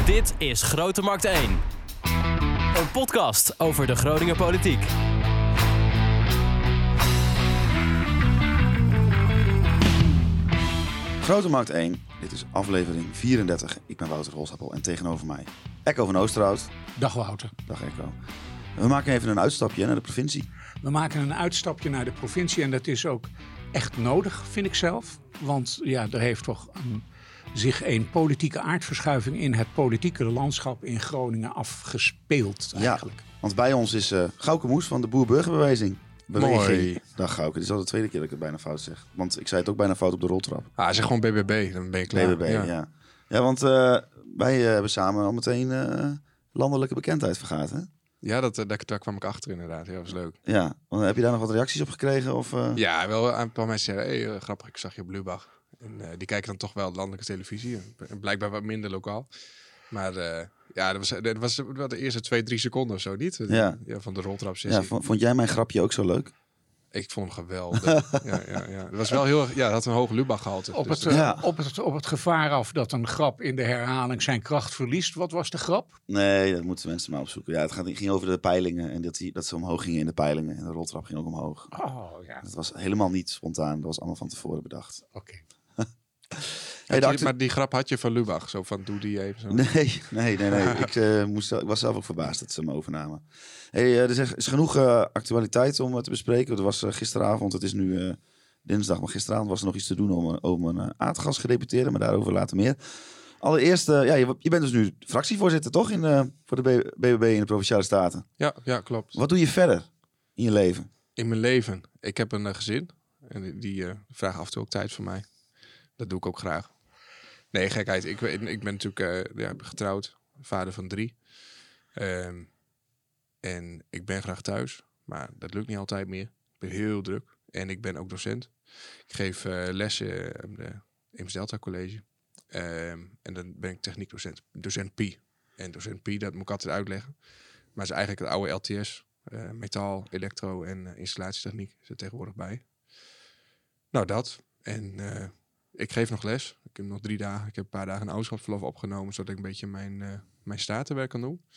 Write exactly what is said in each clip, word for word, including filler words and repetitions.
Dit is Grote Markt één. Een podcast over de Groninger politiek. Grote Markt één, dit is aflevering vierendertig. Ik ben Wouter Holsappel en tegenover mij Ecco van Oosterhout. Dag Wouter. Dag Ecco. We maken even een uitstapje naar de provincie. We maken een uitstapje naar de provincie en dat is ook echt nodig, vind ik zelf. Want ja, er heeft toch een, zich een politieke aardverschuiving in het politieke landschap in Groningen afgespeeld eigenlijk. Ja, want bij ons is uh, Gauke Moes van de Boer-Burgerbeweging. Mooi. Dag Gauke, dit is al de tweede keer dat ik het bijna fout zeg. Want ik zei het ook bijna fout op de roltrap. Ah, zeg gewoon B B B, dan ben je klaar. B B B, ja. Ja, ja want uh, wij uh, hebben samen al meteen uh, landelijke bekendheid vergaat, hè? Ja, dat, dat, daar kwam ik achter inderdaad. Ja, dat was leuk. Ja, want heb je daar nog wat reacties op gekregen? Of, uh... Ja, wel een paar mensen zeiden, hey, uh, grappig, ik zag je op Lubach. En uh, die kijken dan toch wel landelijke televisie. En blijkbaar wat minder lokaal. Maar uh, ja, dat was, dat was wel de eerste twee, drie seconden of zo, niet? Ja. Ja, van de roltrap sessie. Ja, vond jij mijn grapje ook zo leuk? Ik vond hem geweldig. ja, ja, ja. Het was wel heel erg, ja, het had een hoge Lubach gehalte. Op, dus, het, uh, ja. op, het, op het gevaar af dat een grap in de herhaling zijn kracht verliest. Wat was de grap? Nee, dat moeten mensen maar opzoeken. Ja, het ging over de peilingen en dat, die, dat ze omhoog gingen in de peilingen. En de roltrap ging ook omhoog. Oh ja. Dat was helemaal niet spontaan. Dat was allemaal van tevoren bedacht. Oké. Okay. Hey, je, acte... Maar die grap had je van Lubach, zo van doe die even zo. Nee, nee, nee. nee. ik, uh, moest, ik was zelf ook verbaasd dat ze hem overnamen. Hey, uh, er is, is genoeg uh, actualiteit om uh, te bespreken. Er was uh, gisteravond, het is nu uh, dinsdag, maar gisteravond was er nog iets te doen om, uh, om een uh, aardgasgedeputeerde, maar daarover later meer. Allereerst, uh, ja, je, je bent dus nu fractievoorzitter, toch? In, uh, voor de B B B in de Provinciale Staten. Ja, ja, klopt. Wat doe je verder in je leven? In mijn leven? Ik heb een uh, gezin en die, die uh, vragen af en toe ook tijd van mij. Dat doe ik ook graag. Nee, gekheid. Ik, ik ben natuurlijk uh, ja, getrouwd, vader van drie. Um, en ik ben graag thuis, maar dat lukt niet altijd meer. Ik ben heel druk en ik ben ook docent. Ik geef uh, lessen aan de Eems Delta College. Um, en dan ben ik techniekdocent, docent Pi. En docent Pi, dat moet ik altijd uitleggen. Maar het is eigenlijk het oude L T S. Uh, metaal, elektro en uh, installatietechniek is er tegenwoordig bij. Nou, dat. En... Uh, Ik geef nog les. Ik heb nog drie dagen. Ik heb een paar dagen een ouderschapsverlof opgenomen, zodat ik een beetje mijn, uh, mijn statenwerk kan doen.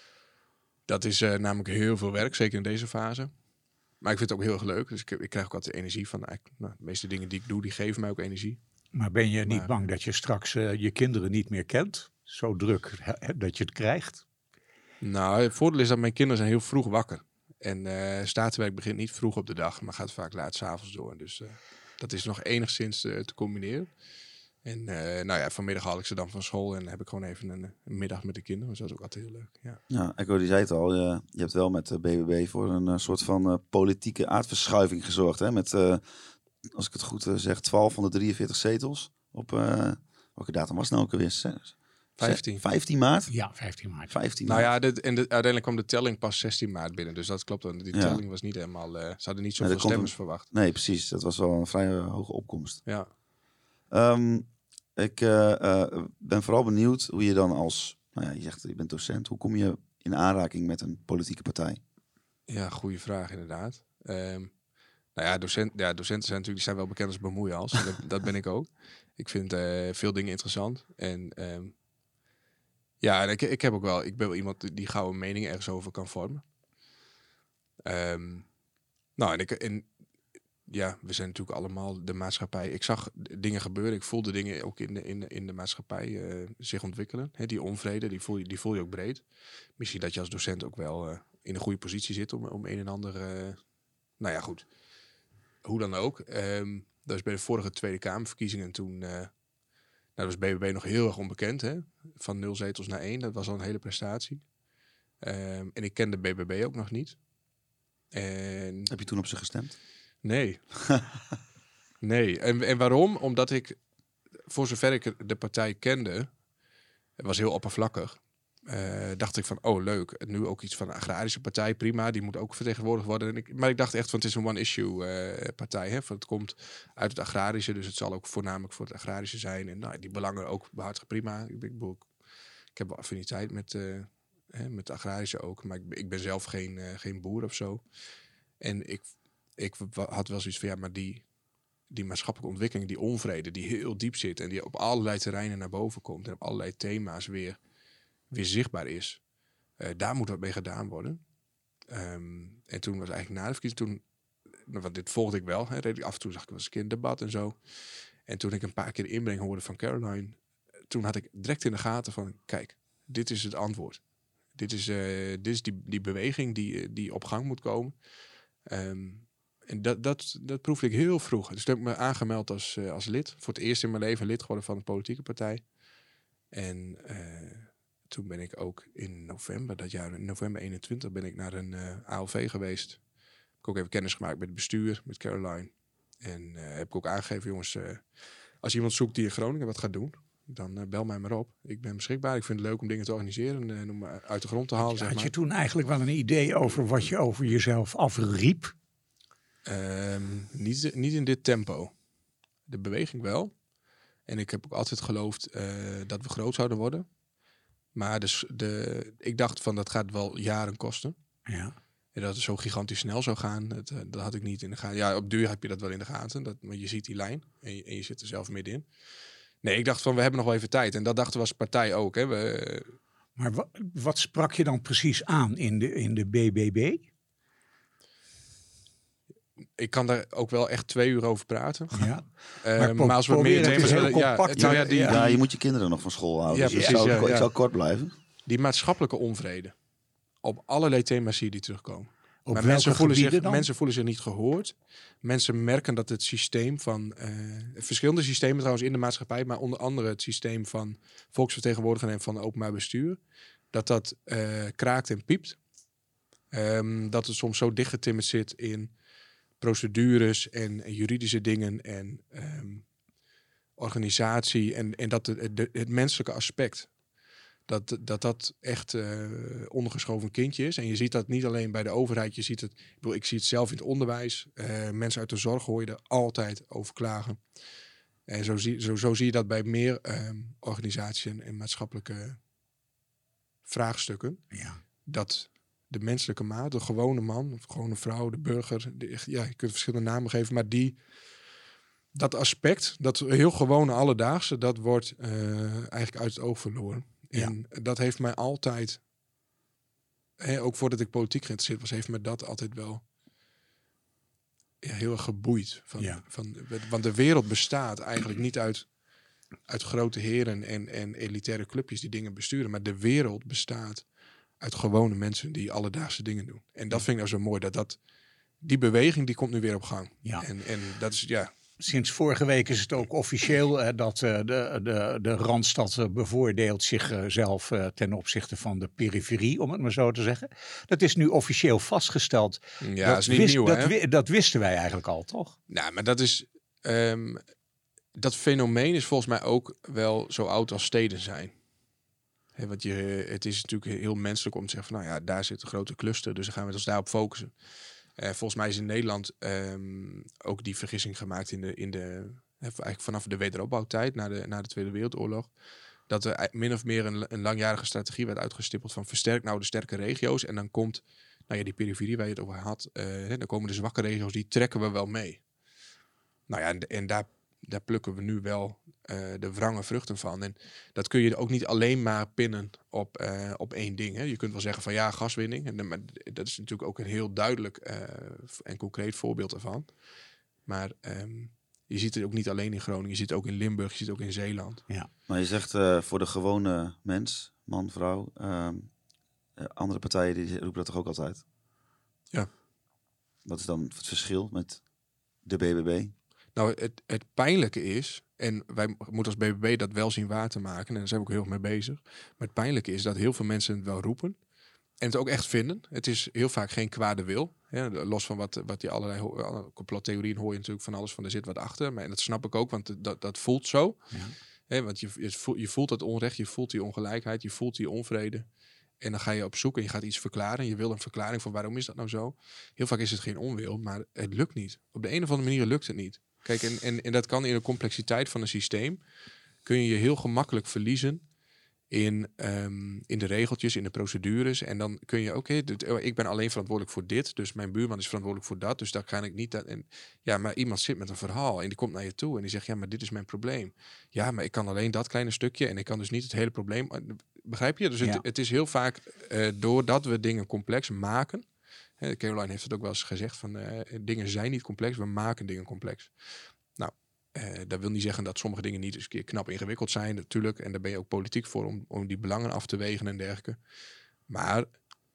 Dat is uh, namelijk heel veel werk, zeker in deze fase. Maar ik vind het ook heel erg leuk. Dus ik, ik krijg ook altijd energie van. Nou, de meeste dingen die ik doe, die geven mij ook energie. Maar ben je niet maar, bang dat je straks uh, je kinderen niet meer kent? Zo druk hè, dat je het krijgt? Nou, het voordeel is dat mijn kinderen zijn heel vroeg wakker. En uh, statenwerk begint niet vroeg op de dag, maar gaat vaak laat 's avonds door. Dus... Uh, Dat is nog enigszins uh, te combineren. En uh, nou ja, vanmiddag haal ik ze dan van school en heb ik gewoon even een, een middag met de kinderen. Dus dat is ook altijd heel leuk. Ja, ja Ecco, die zei het al. Uh, je hebt wel met de B B B voor een uh, soort van uh, politieke aardverschuiving gezorgd. Hè? Met, uh, als ik het goed uh, zeg, twaalf van de drieënveertig zetels. Op, uh, welke datum was het nou ook alweer? vijftien. vijftien maart? Ja, vijftien maart. vijftien nou maart. ja, dit, en de, uiteindelijk kwam de telling pas zestien maart binnen. Dus dat klopt. Die ja. telling was niet helemaal... Uh, ze hadden niet zoveel nee, stemmers een, verwacht. Nee, precies. Dat was wel een vrij uh, hoge opkomst. Ja. Um, ik uh, uh, ben vooral benieuwd hoe je dan als... Nou ja, je zegt je bent docent. Hoe kom je in aanraking met een politieke partij? Ja, goede vraag inderdaad. Um, nou ja, docent, ja, docenten zijn natuurlijk die zijn wel bekend als bemoeials. dat, dat ben ik ook. Ik vind uh, veel dingen interessant. En... Um, Ja, en ik, ik heb ook wel, ik ben wel iemand die gauw een mening ergens over kan vormen. Um, nou, en ik, en ja, we zijn natuurlijk allemaal de maatschappij. Ik zag dingen gebeuren, ik voelde dingen ook in de, in de, in de maatschappij uh, zich ontwikkelen. He, die onvrede, die voel, je, die voel je ook breed. Misschien dat je als docent ook wel uh, in een goede positie zit om, om een en ander... Uh, nou ja, goed. Hoe dan ook. Um, dat is bij de vorige Tweede Kamerverkiezingen toen... Uh, Nou, dat was B B B nog heel erg onbekend, hè? Van nul zetels naar één. Dat was al een hele prestatie. Um, en ik kende B B B ook nog niet. En... Heb je toen op ze gestemd? Nee. nee. En, en waarom? Omdat ik, voor zover ik de partij kende, het was heel oppervlakkig. Uh, dacht ik van, oh leuk, nu ook iets van een agrarische partij, prima, die moet ook vertegenwoordigd worden. En ik, maar ik dacht echt van, het is een one-issue uh, partij. Hè? Van, het komt uit het agrarische, dus het zal ook voornamelijk voor het agrarische zijn. En nou, die belangen ook behartigen, prima. Ik, ik, ik heb wel affiniteit met, uh, hè, met het agrarische ook, maar ik, ik ben zelf geen, uh, geen boer of zo. En ik, ik had wel zoiets van, ja, maar die, die maatschappelijke ontwikkeling, die onvrede, die heel diep zit en die op allerlei terreinen naar boven komt en op allerlei thema's weer... weer zichtbaar is. Uh, daar moet wat mee gedaan worden. Um, en toen was eigenlijk na de verkiezing, toen, want dit volgde ik wel, hè, reed ik af en toe zag ik wel eens een keer een debat en zo. En toen ik een paar keer de inbreng hoorde van Caroline, toen had ik direct in de gaten van, kijk, dit is het antwoord. Dit is, uh, dit is die, die beweging die, die op gang moet komen. Um, en dat, dat, dat proefde ik heel vroeg. Dus toen heb ik me aangemeld als, uh, als lid. Voor het eerst in mijn leven lid geworden van een politieke partij. En uh, toen ben ik ook in november, dat jaar, in november eenentwintig, ben ik naar een uh, A L V geweest. Heb ik ook even kennis gemaakt met het bestuur, met Caroline. En uh, heb ik ook aangegeven, jongens, uh, als iemand zoekt die in Groningen wat gaat doen, dan uh, bel mij maar op. Ik ben beschikbaar. Ik vind het leuk om dingen te organiseren en uh, om uit de grond te halen. Had, zeg had maar. je toen eigenlijk wel een idee over wat je over jezelf afriep? Um, niet, niet in dit tempo. De beweging wel. En ik heb ook altijd geloofd uh, dat we groot zouden worden. Maar dus de, ik dacht van dat gaat wel jaren kosten. Ja. En dat het zo gigantisch snel zou gaan, dat, uh, dat had ik niet in de gaten. Ja, op duur heb je dat wel in de gaten. Dat, maar je ziet die lijn en je, en je zit er zelf middenin. Nee, ik dacht van we hebben nog wel even tijd. En dat dachten we als partij ook. Hè. We, maar wat, wat sprak je dan precies aan in de, in de B B B? Ik kan daar ook wel echt twee uur over praten. Ja. Uh, maar, maar als we meer thema's willen, ja, compact, nou ja, die, Ja, die, je moet je kinderen nog van school houden. Ja, dus precies, ik, zou, ja, ik ja. zou kort blijven. Die maatschappelijke onvrede. Op allerlei thema's zie je die terugkomen. Op maar mensen voelen, zich, dan? mensen voelen zich niet gehoord. Mensen merken dat het systeem van... Uh, verschillende systemen trouwens in de maatschappij, maar onder andere het systeem van volksvertegenwoordiger en van openbaar bestuur, dat dat uh, kraakt en piept. Um, dat het soms zo dichtgetimmerd zit in procedures en, en juridische dingen en um, organisatie en, en dat de, de, het menselijke aspect, dat dat, dat echt uh, ondergeschoven kindje is. En je ziet dat niet alleen bij de overheid, je ziet het, ik, bedoel, ik zie het zelf in het onderwijs. Uh, mensen uit de zorg hoor je er altijd over klagen. En zo zie, zo, zo zie je dat bij meer um, organisaties en, en maatschappelijke vraagstukken. Ja. Dat de menselijke maat, de gewone man, of gewone vrouw, de burger, de, ja, je kunt verschillende namen geven, maar die, dat aspect, dat heel gewone alledaagse, dat wordt uh, eigenlijk uit het oog verloren. Ja. En dat heeft mij altijd, hè, ook voordat ik politiek geïnteresseerd was, heeft me dat altijd wel ja, heel erg geboeid. Van, ja. van, want de wereld bestaat eigenlijk niet uit, uit grote heren en, en elitaire clubjes die dingen besturen, maar de wereld bestaat uit gewone mensen die alledaagse dingen doen. En dat vind ik nou zo mooi, dat, dat die beweging die komt nu weer op gang. Ja. En, en dat is, ja... Sinds vorige week is het ook officieel uh, dat uh, de, de, de Randstad uh, bevoordeelt zichzelf uh, ten opzichte van de periferie, om het maar zo te zeggen. Dat is nu officieel vastgesteld. Ja, dat is niet wist, nieuw, dat, hè? wi- dat wisten wij eigenlijk al, toch? Nou, maar dat is... Um, dat fenomeen is volgens mij ook wel zo oud als steden zijn. He, want je, het is natuurlijk heel menselijk om te zeggen van, nou ja, daar zit een grote cluster, dus dan gaan we ons daarop focussen. Uh, volgens mij is in Nederland um, ook die vergissing gemaakt in de, in de eigenlijk vanaf de wederopbouwtijd na de, na de Tweede Wereldoorlog, dat er min of meer een, een langjarige strategie werd uitgestippeld van versterk nou de sterke regio's en dan komt, nou ja, die periferie waar je het over had, uh, dan komen de zwakke regio's, die trekken we wel mee. Nou ja, en, en daar Daar plukken we nu wel uh, de wrange vruchten van. En dat kun je ook niet alleen maar pinnen op, uh, op één ding. Hè. Je kunt wel zeggen van ja, gaswinning. En, maar dat is natuurlijk ook een heel duidelijk uh, en concreet voorbeeld ervan. Maar um, je ziet het ook niet alleen in Groningen. Je ziet het ook in Limburg, je ziet het ook in Zeeland. Ja. Maar je zegt uh, voor de gewone mens, man, vrouw. Uh, uh, andere partijen die roepen dat toch ook altijd? Ja. Wat is dan het verschil met de B B B? Nou, het, het pijnlijke is, en wij moeten als B B B dat wel zien waar te maken, en daar zijn we ook heel erg mee bezig. Maar het pijnlijke is dat heel veel mensen het wel roepen en het ook echt vinden. Het is heel vaak geen kwade wil. Ja, los van wat, wat die allerlei ho- complottheorieën hoor je natuurlijk van alles van er zit wat achter. Maar en dat snap ik ook, want dat, dat voelt zo. Ja. He, want je, je, voelt, je voelt dat onrecht, je voelt die ongelijkheid, je voelt die onvrede. En dan ga je op zoek en je gaat iets verklaren. Je wil een verklaring van waarom is dat nou zo. Heel vaak is het geen onwil, maar het lukt niet. Op de een of andere manier lukt het niet. Kijk, en, en, en dat kan in de complexiteit van een systeem, kun je je heel gemakkelijk verliezen in, um, in de regeltjes, in de procedures. En dan kun je, oké, okay, ik ben alleen verantwoordelijk voor dit. Dus mijn buurman is verantwoordelijk voor dat. Dus daar kan ik niet... Dat, en, ja, maar iemand zit met een verhaal en die komt naar je toe en die zegt, ja, maar dit is mijn probleem. Ja, maar ik kan alleen dat kleine stukje en ik kan dus niet het hele probleem... Begrijp je? Dus het, ja. het is heel vaak, uh, doordat we dingen complex maken... Hè, Caroline heeft het ook wel eens gezegd, van uh, dingen zijn niet complex, we maken dingen complex. Nou, Uh, dat wil niet zeggen dat sommige dingen niet eens een keer knap ingewikkeld zijn, natuurlijk. En daar ben je ook politiek voor om, om die belangen af te wegen en dergelijke. Maar,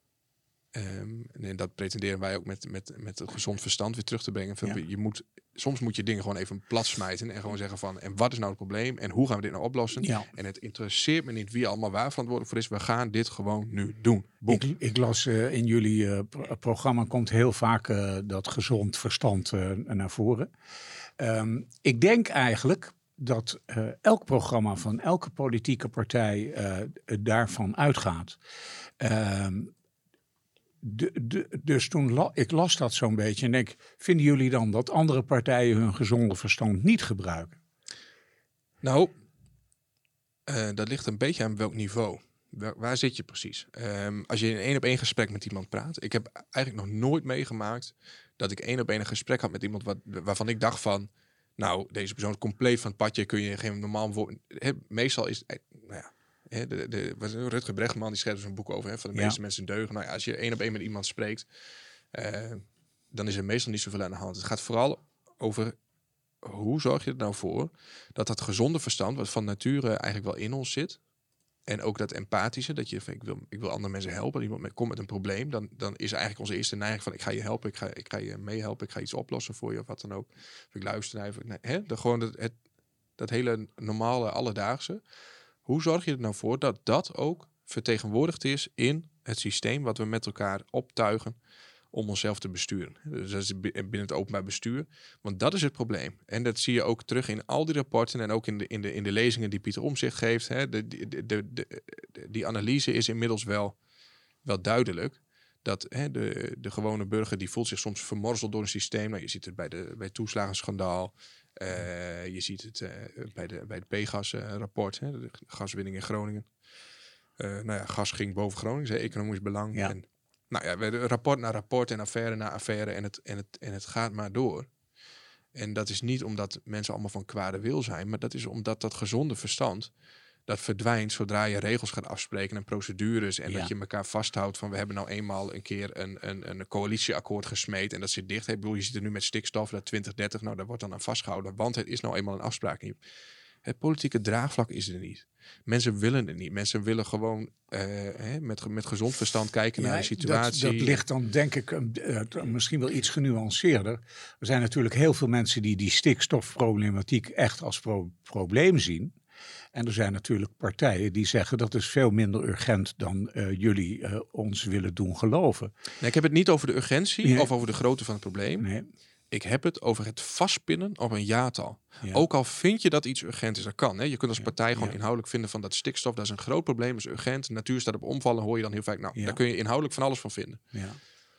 um, en dat pretenderen wij ook met, met, met het gezond verstand weer terug te brengen. Ja. Je moet, soms moet je dingen gewoon even plat smijten en gewoon zeggen van, en wat is nou het probleem? En hoe gaan we dit nou oplossen? Ja. En het interesseert me niet wie allemaal waar verantwoordelijk voor is. We gaan dit gewoon nu doen. Ik, ik las uh, in jullie uh, pro- programma komt heel vaak uh, dat gezond verstand uh, naar voren. Um, ik denk eigenlijk dat uh, elk programma van elke politieke partij uh, daarvan uitgaat. Um, de, de, dus toen la, ik las dat zo'n beetje en denk, vinden jullie dan dat andere partijen hun gezonde verstand niet gebruiken? Nou, uh, dat ligt een beetje aan welk niveau. Waar, waar zit je precies? Um, als je in één op één gesprek met iemand praat. Ik heb eigenlijk nog nooit meegemaakt dat ik één op één een gesprek had met iemand wat, waarvan ik dacht van, nou, deze persoon is compleet van het padje, kun je geen normaal woord... He, meestal is, nou ja, he, de, de, Rutger Bregman, die schreef zo'n boek over, he, van de meeste ja. mensen deugen. Nou ja, als je één op één met iemand spreekt, uh, dan is er meestal niet zoveel aan de hand. Het gaat vooral over, hoe zorg je er nou voor dat dat gezonde verstand, wat van nature eigenlijk wel in ons zit, en ook dat empathische, dat je van, ik wil, ik wil andere mensen helpen. Iemand komt met een probleem, dan, dan is eigenlijk onze eerste neiging van, ik ga je helpen, ik ga, ik ga je meehelpen, ik ga iets oplossen voor je of wat dan ook. Of ik luister naar je. Nee, hè? De, gewoon het, het, dat hele normale, alledaagse. Hoe zorg je er nou voor dat dat ook vertegenwoordigd is in het systeem wat we met elkaar optuigen om onszelf te besturen. Dus dat is binnen het openbaar bestuur. Want dat is het probleem. En dat zie je ook terug in al die rapporten en ook in de, in de, in de lezingen die Pieter Omtzigt geeft. Hè. De, de, de, de, de, die analyse is inmiddels wel, wel duidelijk. Dat hè, de, de gewone burger die voelt zich soms vermorzeld door een systeem. Nou, je ziet het bij, de, bij het toeslagenschandaal. Uh, je ziet het uh, bij, de, bij het P gas-rapport. Uh, de gaswinning in Groningen. Uh, nou ja, gas ging boven Groningen. Zei economisch belang. Ja. En, nou ja, we rapport na rapport en affaire na affaire en het, en, het, en het gaat maar door. En dat is niet omdat mensen allemaal van kwade wil zijn, maar dat is omdat dat gezonde verstand, dat verdwijnt zodra je regels gaat afspreken en procedures en ja. dat je elkaar vasthoudt van, we hebben nou eenmaal een keer een, een, een coalitieakkoord gesmeed en dat zit dicht. Ik bedoel, je zit er nu met stikstof, dat twintig dertig, nou daar wordt dan aan vastgehouden, want het is nou eenmaal een afspraak. Het politieke draagvlak is er niet. Mensen willen het niet. Mensen willen gewoon uh, hè, met, met gezond verstand kijken ja, naar de situatie. Dat, dat ligt dan denk ik uh, misschien wel iets genuanceerder. Er zijn natuurlijk heel veel mensen die die stikstofproblematiek echt als pro- probleem zien. En er zijn natuurlijk partijen die zeggen dat is veel minder urgent dan uh, jullie uh, ons willen doen geloven. Nee, ik heb het niet over de urgentie nee. of over de grootte van het probleem. Nee. Ik heb het over het vastpinnen op een jaartal. Ja. Ook al vind je dat iets urgent is, dat kan. Hè? Je kunt als partij ja. gewoon ja. inhoudelijk vinden van dat stikstof, dat is een groot probleem, dat is urgent. De natuur staat op omvallen, hoor je dan heel vaak. Nou, ja. daar kun je inhoudelijk van alles van vinden. Ja.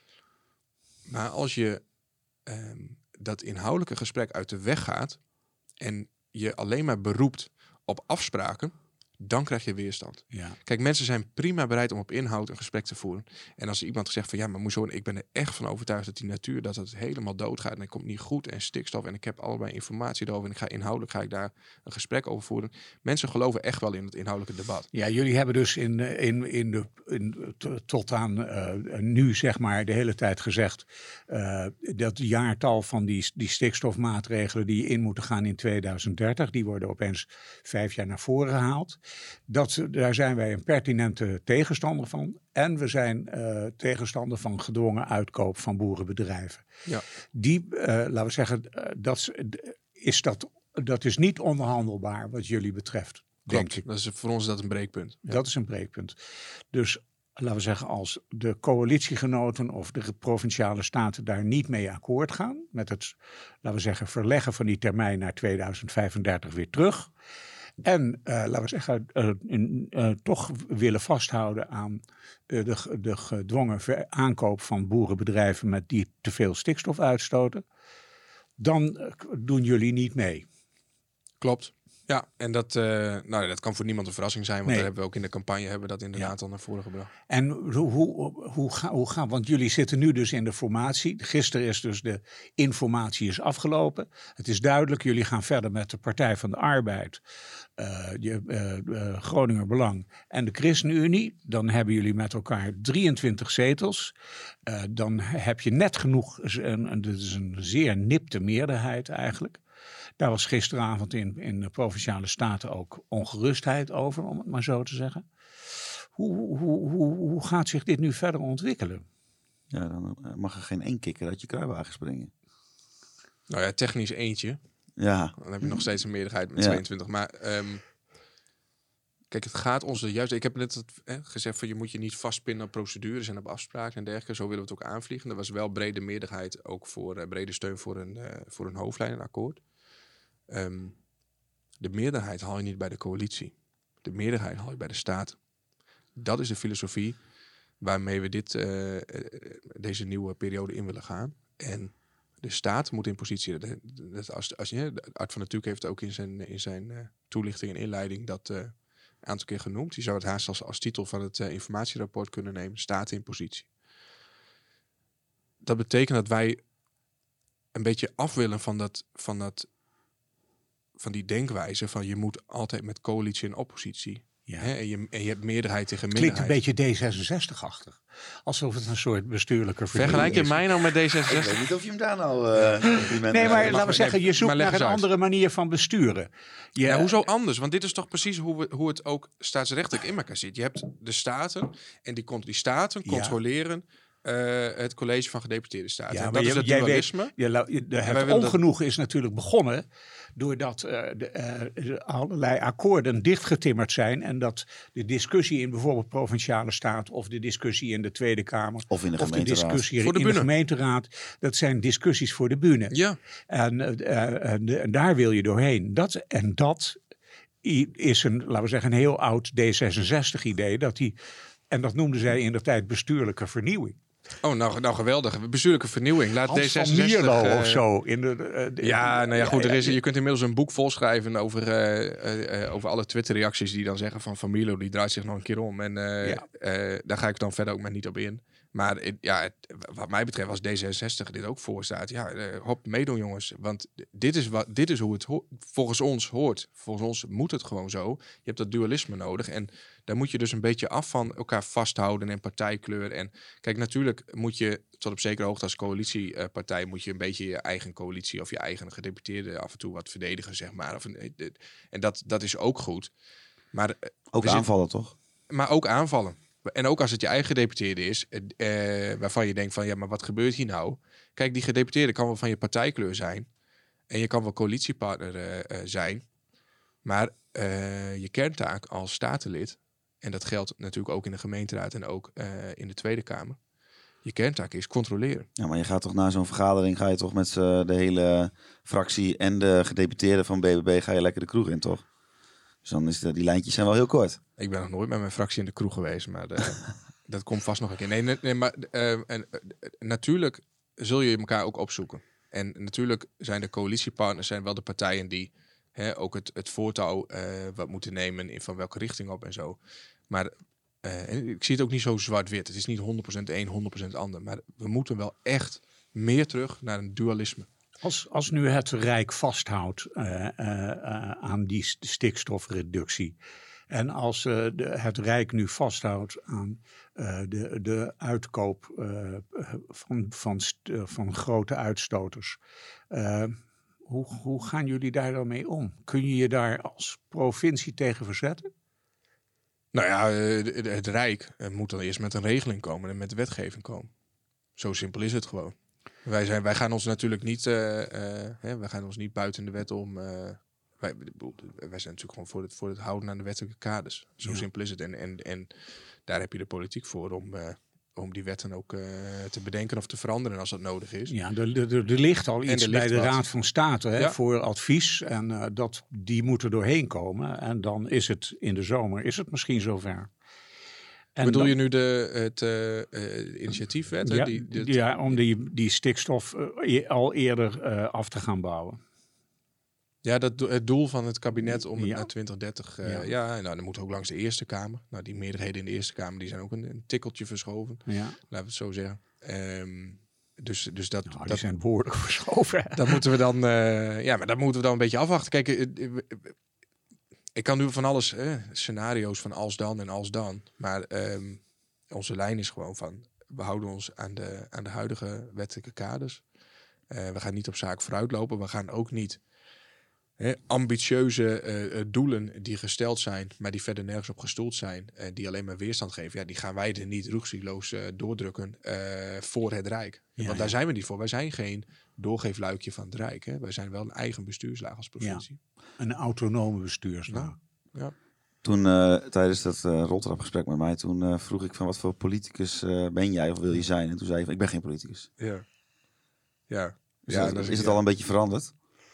Maar als je um, dat inhoudelijke gesprek uit de weg gaat en je alleen maar beroept op afspraken, dan krijg je weerstand. Ja. Kijk, mensen zijn prima bereid om op inhoud een gesprek te voeren. En als iemand zegt van ja, maar moezo, ik ben er echt van overtuigd dat die natuur, dat het helemaal doodgaat en het komt niet goed en stikstof en ik heb allerlei informatie erover en ik ga inhoudelijk ga ik daar een gesprek over voeren. Mensen geloven echt wel in het inhoudelijke debat. Ja, jullie hebben dus in, in, in de, in, tot aan uh, nu zeg maar de hele tijd gezegd uh, dat jaartal van die, die stikstofmaatregelen die in moeten gaan in tweeduizend dertig, die worden opeens vijf jaar naar voren gehaald. Dat, daar zijn wij een pertinente tegenstander van. En we zijn uh, tegenstander van gedwongen uitkoop van boerenbedrijven. Ja. Die, uh, laten we zeggen, uh, dat, is dat, dat is niet onderhandelbaar wat jullie betreft. Klopt, denk ik. Dat is, voor ons is dat een breekpunt. Ja. Dat is een breekpunt. Dus laten we zeggen, als de coalitiegenoten of de provinciale staten daar niet mee akkoord gaan, met het, laten we zeggen, verleggen van die termijn naar tweeduizend vijfendertig weer terug. En uh, laten we zeggen, uh, in, uh, toch willen vasthouden aan uh, de, de gedwongen ver- aankoop van boerenbedrijven met die te veel stikstof uitstoten. Dan uh, doen jullie niet mee. Klopt. Ja, en dat, uh, nou, dat kan voor niemand een verrassing zijn. Want Nee. daar hebben we ook in de campagne hebben we dat inderdaad ja. al naar voren gebracht. En hoe, hoe, hoe, ga, hoe gaan, want jullie zitten nu dus in de formatie. Gisteren is dus de informatie is afgelopen. Het is duidelijk, jullie gaan verder met de Partij van de Arbeid, uh, je, uh, uh, Groninger Belang en de ChristenUnie. Dan hebben jullie met elkaar drieëntwintig zetels. Uh, dan heb je net genoeg, een, een, dat is een zeer nipte meerderheid eigenlijk. Daar was gisteravond in, in de Provinciale Staten ook ongerustheid over, om het maar zo te zeggen. Hoe, hoe, hoe, hoe gaat zich dit nu verder ontwikkelen? Ja, dan mag er geen één kikker uit je kruiwagen springen. Nou ja, technisch eentje. Ja. Dan heb je nog steeds een meerderheid met ja. tweeëntwintig. Maar um, kijk, het gaat ons er juist... Ik heb net het, eh, gezegd van je moet je niet vastpinnen op procedures en op afspraken en dergelijke. Zo willen we het ook aanvliegen. Er was wel brede meerderheid, ook voor uh, brede steun voor een, uh, voor een hoofdlijnenakkoord. Um, de meerderheid haal je niet bij de coalitie. De meerderheid haal je bij de Staten. Dat is de filosofie waarmee we dit, uh, deze nieuwe periode in willen gaan. En de staat moet in positie... Dat, dat als, als, ja, Art van der Tuuk heeft ook in zijn, in zijn uh, toelichting en inleiding dat uh, een aantal keer genoemd. Die zou het haast als, als titel van het uh, informatierapport kunnen nemen. Staat in positie. Dat betekent dat wij een beetje af willen van dat... Van dat van die denkwijze van je moet altijd met coalitie en oppositie. Ja. Hè? En, je, en je hebt meerderheid tegen minderheid. Klinkt een beetje D zesenzestig-achtig. Alsof het een soort bestuurlijke vergelijk je mij nou met D zesenzestig? Ik weet niet of je hem daar nou... Uh, nee, maar laten we zeggen, je zoekt naar een uit. andere manier van besturen. Je, ja, hoezo anders? Want dit is toch precies hoe, we, hoe het ook staatsrechtelijk in elkaar zit. Je hebt de staten en die, die staten ja. controleren... Uh, het college van gedeputeerde staten. Ja, dat je, is het dualisme. Weet, je, je, de, het ongenoegen dat... is natuurlijk begonnen doordat uh, de, uh, allerlei akkoorden dichtgetimmerd zijn en dat de discussie in bijvoorbeeld Provinciale Staat of de discussie in de Tweede Kamer of, in de, of de discussie voor de in de gemeenteraad, dat zijn discussies voor de bühne. Ja. En, uh, en, en daar wil je doorheen. Dat, en dat is een, laten we zeggen, een heel oud D zesenzestig idee dat die, en dat noemden zij in de tijd bestuurlijke vernieuwing. Oh, nou, nou geweldig. Bestuurlijke vernieuwing. Laat Hans D zesenzestig... van Mierlo uh, of zo. In de, uh, de, ja, nou ja, goed. Er is, je kunt inmiddels een boek volschrijven over, uh, uh, over alle Twitter-reacties die dan zeggen van Van Mierlo, die draait zich nog een keer om. En uh, ja. uh, daar ga ik dan verder ook maar niet op in. Maar it, ja, het, wat mij betreft, als D zesenzestig dit ook voor staat, ja, uh, hop, meedoen jongens. Want dit is, wat, dit is hoe het ho- volgens ons hoort. Volgens ons moet het gewoon zo. Je hebt dat dualisme nodig. En daar moet je dus een beetje af van elkaar vasthouden en partijkleur. En kijk, natuurlijk moet je tot op zekere hoogte als coalitiepartij moet je een beetje je eigen coalitie of je eigen gedeputeerde af en toe wat verdedigen, zeg maar. Of een, en dat, dat is ook goed. Maar, ook aanvallen, zit, toch? Maar ook aanvallen. En ook als het je eigen gedeputeerde is, uh, waarvan je denkt van, ja, maar wat gebeurt hier nou? Kijk, die gedeputeerde kan wel van je partijkleur zijn. En je kan wel coalitiepartner uh, uh, zijn. Maar uh, je kerntaak als statenlid, en dat geldt natuurlijk ook in de gemeenteraad en ook uh, in de Tweede Kamer. Je kerntaak is controleren. Ja, maar je gaat toch na zo'n vergadering, ga je toch met uh, de hele fractie en de gedeputeerde van B B B, ga je lekker de kroeg in, toch? Dus dan is de, die lijntjes zijn wel heel kort. Ik ben nog nooit met mijn fractie in de kroeg geweest, maar de, dat komt vast nog een keer. Nee, nee, nee maar uh, en, uh, natuurlijk zul je elkaar ook opzoeken. En natuurlijk zijn de coalitiepartners zijn wel de partijen die hè, ook het, het voortouw uh, wat moeten nemen in van welke richting op en zo. Maar uh, en ik zie het ook niet zo zwart-wit. Het is niet honderd procent één, honderd procent ander. Maar we moeten wel echt meer terug naar een dualisme. Als, als nu het Rijk vasthoudt uh, uh, uh, aan die stikstofreductie en als uh, de, het Rijk nu vasthoudt aan uh, de, de uitkoop uh, van, van, st- van grote uitstoters, uh, hoe, hoe gaan jullie daar dan mee om? Kun je je daar als provincie tegen verzetten? Nou ja, het, het Rijk moet dan eerst met een regeling komen en met wetgeving komen. Zo simpel is het gewoon. Wij, zijn, wij gaan ons natuurlijk niet, uh, uh, hè, wij gaan ons niet buiten de wet om. Uh, wij, wij zijn natuurlijk gewoon voor het, voor het houden aan de wettelijke kaders. Zo ja. simpel is het. En, en, en daar heb je de politiek voor om, uh, om die wetten ook uh, te bedenken of te veranderen als dat nodig is. Ja, er, er, er ligt al iets er bij ligt de wat. Raad van State hè, ja. voor advies. En uh, dat, die moeten doorheen komen. En dan is het in de zomer, is het misschien zover. En bedoel dan, je nu de, het uh, uh, initiatiefwet? Ja, die, dit... ja om die, die stikstof uh, al eerder uh, af te gaan bouwen. Ja, dat do- het doel van het kabinet om het Ja. naar twintig dertig... Uh, Ja. ja, en nou, dan moeten we ook langs de Eerste Kamer. Nou, die meerderheden in de Eerste Kamer die zijn ook een, een tikkeltje verschoven. Ja. Laten we het zo zeggen. Um, dus, dus dat... Nou, die dat zijn behoorlijk verschoven. Dat moeten we dan... Uh, ja, maar dat moeten we dan een beetje afwachten. Kijk, uh, uh, uh, ik kan nu van alles... Uh, scenario's van als dan en als dan. Maar um, onze lijn is gewoon van... We houden ons aan de, aan de huidige wettelijke kaders. Uh, we gaan niet op zaak vooruitlopen. We gaan ook niet... He, ambitieuze uh, doelen die gesteld zijn, maar die verder nergens op gestoeld zijn, uh, die alleen maar weerstand geven, ja, die gaan wij er niet rugzieloos uh, doordrukken uh, voor het Rijk. Ja, Want daar ja. zijn we niet voor. Wij zijn geen doorgeefluikje van het Rijk. Hè. Wij zijn wel een eigen bestuurslaag als provincie. Ja. Een autonome bestuurslaag. Ja. Ja. Toen uh, tijdens dat uh, Rotterdam gesprek met mij, toen uh, vroeg ik van wat voor politicus uh, ben jij of wil je zijn? En toen zei je van ik ben geen politicus. Ja. Ja. Dus ja dat, dat is is het ja. al een beetje veranderd?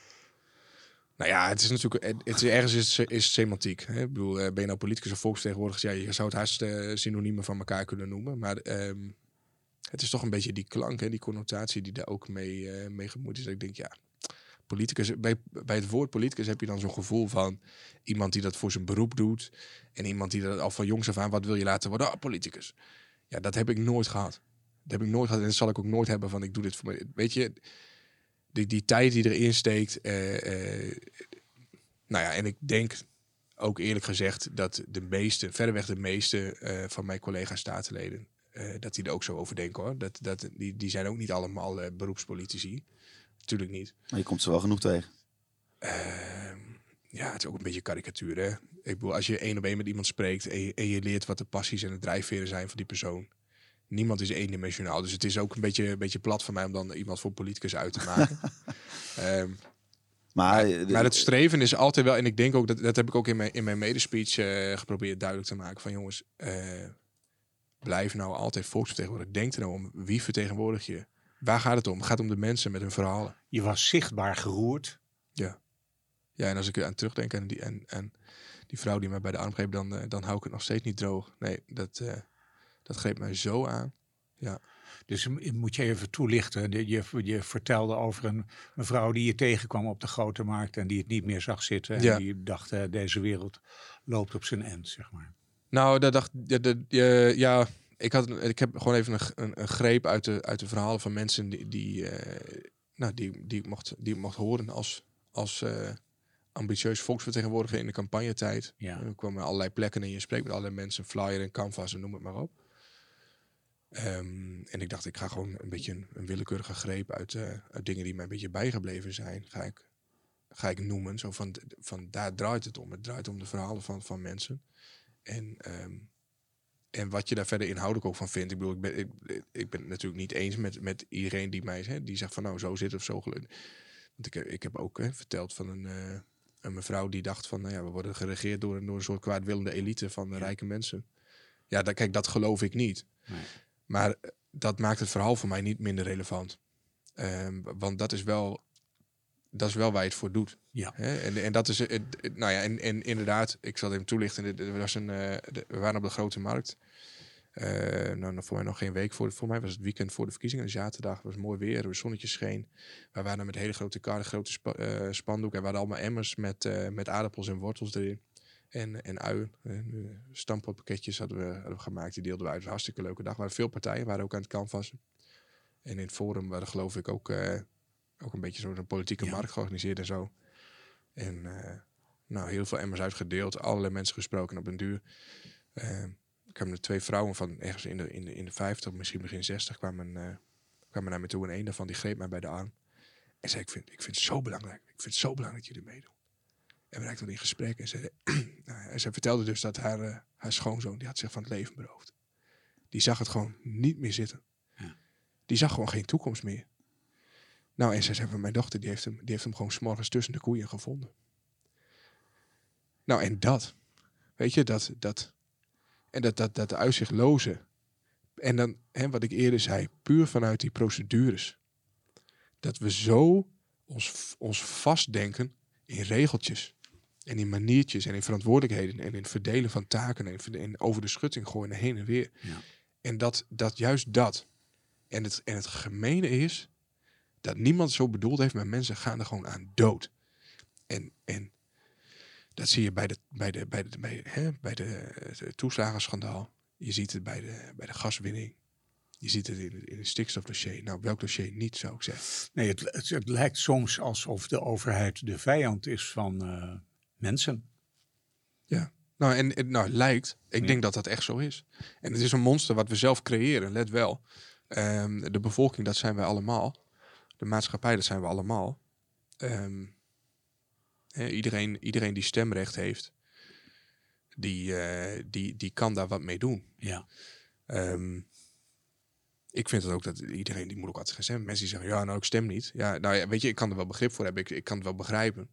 Nou ja, het is natuurlijk, het is, ergens is, is semantiek. Hè? Ik bedoel, ben je nou politicus of volksvertegenwoordiger? Ja, je zou het haast uh, synoniemen van elkaar kunnen noemen. Maar um, het is toch een beetje die klank en die connotatie die daar ook mee, uh, mee gemoeid is. Dat ik denk, ja, politicus, bij, bij het woord politicus heb je dan zo'n gevoel van iemand die dat voor zijn beroep doet. En iemand die dat al van jongs af aan, wat wil je laten worden? Ah, politicus. Ja, dat heb ik nooit gehad. Dat heb ik nooit gehad en dat zal ik ook nooit hebben van ik doe dit voor me. Weet je... Die, die tijd die erin steekt. Uh, uh, nou ja, en ik denk ook eerlijk gezegd dat de meeste, verreweg de meeste uh, van mijn collega's statenleden, uh, dat die er ook zo over denken hoor. Dat, dat, die, die zijn ook niet allemaal uh, beroepspolitici. Natuurlijk niet. Maar je komt ze wel genoeg tegen. Uh, ja, het is ook een beetje karikatuur hè. Ik bedoel, als je één op één met iemand spreekt en je, en je leert wat de passies en de drijfveren zijn van die persoon. Niemand is eendimensionaal. Dus het is ook een beetje, een beetje plat van mij om dan iemand voor politicus uit te maken. um, maar, maar, maar het streven is altijd wel... En ik denk ook, dat, dat heb ik ook in mijn, in mijn medespeech uh, geprobeerd duidelijk te maken. Van jongens, uh, blijf nou altijd volksvertegenwoordiger. Denk er nou om, wie vertegenwoordig je? Waar gaat het om? Het gaat om de mensen met hun verhalen. Je was zichtbaar geroerd. Ja. Ja, en als ik er aan terugdenk en die, en, en die vrouw die mij bij de arm greep... Dan, uh, dan hou ik het nog steeds niet droog. Nee, dat... Uh, Dat greep mij zo aan. Ja. Dus moet je even toelichten. Je, je vertelde over een mevrouw die je tegenkwam op de grote markt en die het niet meer zag zitten. En ja. die dacht, uh, deze wereld loopt op zijn end, zeg maar. Nou, dat dacht ja, de, de, ja ik, had, ik heb gewoon even een, een, een greep uit de, uit de verhalen van mensen die, die, uh, nou, die, die, ik mocht, die ik mocht horen als, als uh, ambitieus volksvertegenwoordiger in de campagnetijd. Ja. Er kwamen allerlei plekken en je spreekt met allerlei mensen, flyer en canvas en noem het maar op. Um, en ik dacht, ik ga gewoon een beetje een, een willekeurige greep uit, uh, uit dingen die mij een beetje bijgebleven zijn, ga ik, ga ik noemen. Zo van, van daar draait het om. Het draait om de verhalen van, van mensen. En, um, en wat je daar verder inhoudelijk ook van vindt. Ik bedoel, ik ben, ik, ik ben het natuurlijk niet eens met, met iedereen die mij hè, die zegt van nou, zo zit of zo. Want ik, ik heb ook hè, verteld van een, uh, een mevrouw die dacht van, nou ja, we worden geregeerd door een, door een soort kwaadwillende elite van ja. rijke mensen. Ja, dat, kijk, dat geloof ik niet. Nee. Maar dat maakt het verhaal voor mij niet minder relevant. Um, want dat is wel, dat is wel waar je het voor doet. Ja. Hè? En, en dat is, het, het, nou ja, en, en inderdaad, ik zal het even toelichten. Er was een, uh, de, we waren op de Grote Markt. Uh, nou, voor mij nog geen week voor. Voor mij was het weekend voor de verkiezingen. Zaterdag was mooi weer, het zonnetje scheen. Wij waren met hele grote karren, grote spa, uh, spandoeken. En we hadden allemaal emmers met, uh, met aardappels en wortels erin. En, en uien. Uh, Stampotpakketjes hadden we, hadden we gemaakt. Die deelden we uit. Het was een hartstikke leuke dag. Er waren veel partijen. waren ook aan het canvassen. En in het forum waren geloof ik ook, uh, ook een beetje zo'n politieke ja. markt georganiseerd en zo. En uh, nou, heel veel emmers uitgedeeld. Allerlei mensen gesproken op een duur. Uh, kwamen er twee vrouwen van ergens in de, in de, in de vijftig, misschien begin zestig, kwamen, uh, kwamen naar me toe. En een daarvan die greep mij bij de arm. En zei, ik vind, ik vind het zo belangrijk. Ik vind het zo belangrijk dat jullie meedoen. En we raakten in gesprek en ze, nou, en ze vertelde dus dat haar, uh, haar schoonzoon, die had zich van het leven beroofd. Die zag het gewoon niet meer zitten. Ja. Die zag gewoon geen toekomst meer. Nou, en ze zei van mijn dochter, die heeft hem, die heeft hem gewoon 's morgens tussen de koeien gevonden. Nou, en dat, weet je, dat, dat, en dat, dat, dat uitzichtloze. En dan, hè, wat ik eerder zei, puur vanuit die procedures. Dat we zo ons, ons vastdenken in regeltjes. En in maniertjes en in verantwoordelijkheden en in verdelen van taken en, en over de schutting gooien heen en weer. Ja. En dat, dat juist dat. En het, en het gemene is dat niemand zo bedoeld heeft, maar mensen gaan er gewoon aan dood. En, en dat zie je bij de, bij de, bij de, bij, hè, bij de, de toeslagenschandaal. Je ziet het bij de, bij de gaswinning. Je ziet het in, in het stikstofdossier. Nou, welk dossier niet, zou ik zeggen. Nee, het, het, het lijkt soms alsof de overheid de vijand is van uh, mensen. Ja, nou, en, en nou, het lijkt. Ik Ja. denk dat dat echt zo is. En het is een monster wat we zelf creëren, let wel. Um, de bevolking, dat zijn wij allemaal. De maatschappij, dat zijn we allemaal. Um, he, iedereen, iedereen die stemrecht heeft, die, uh, die, die kan daar wat mee doen. Ja. Um, ik vind het ook dat iedereen, die moet ook altijd gaan stemmen. Mensen die zeggen, ja, nou, ik stem niet. Ja, nou ja, weet je, ik kan er wel begrip voor hebben. Ik, ik kan het wel begrijpen.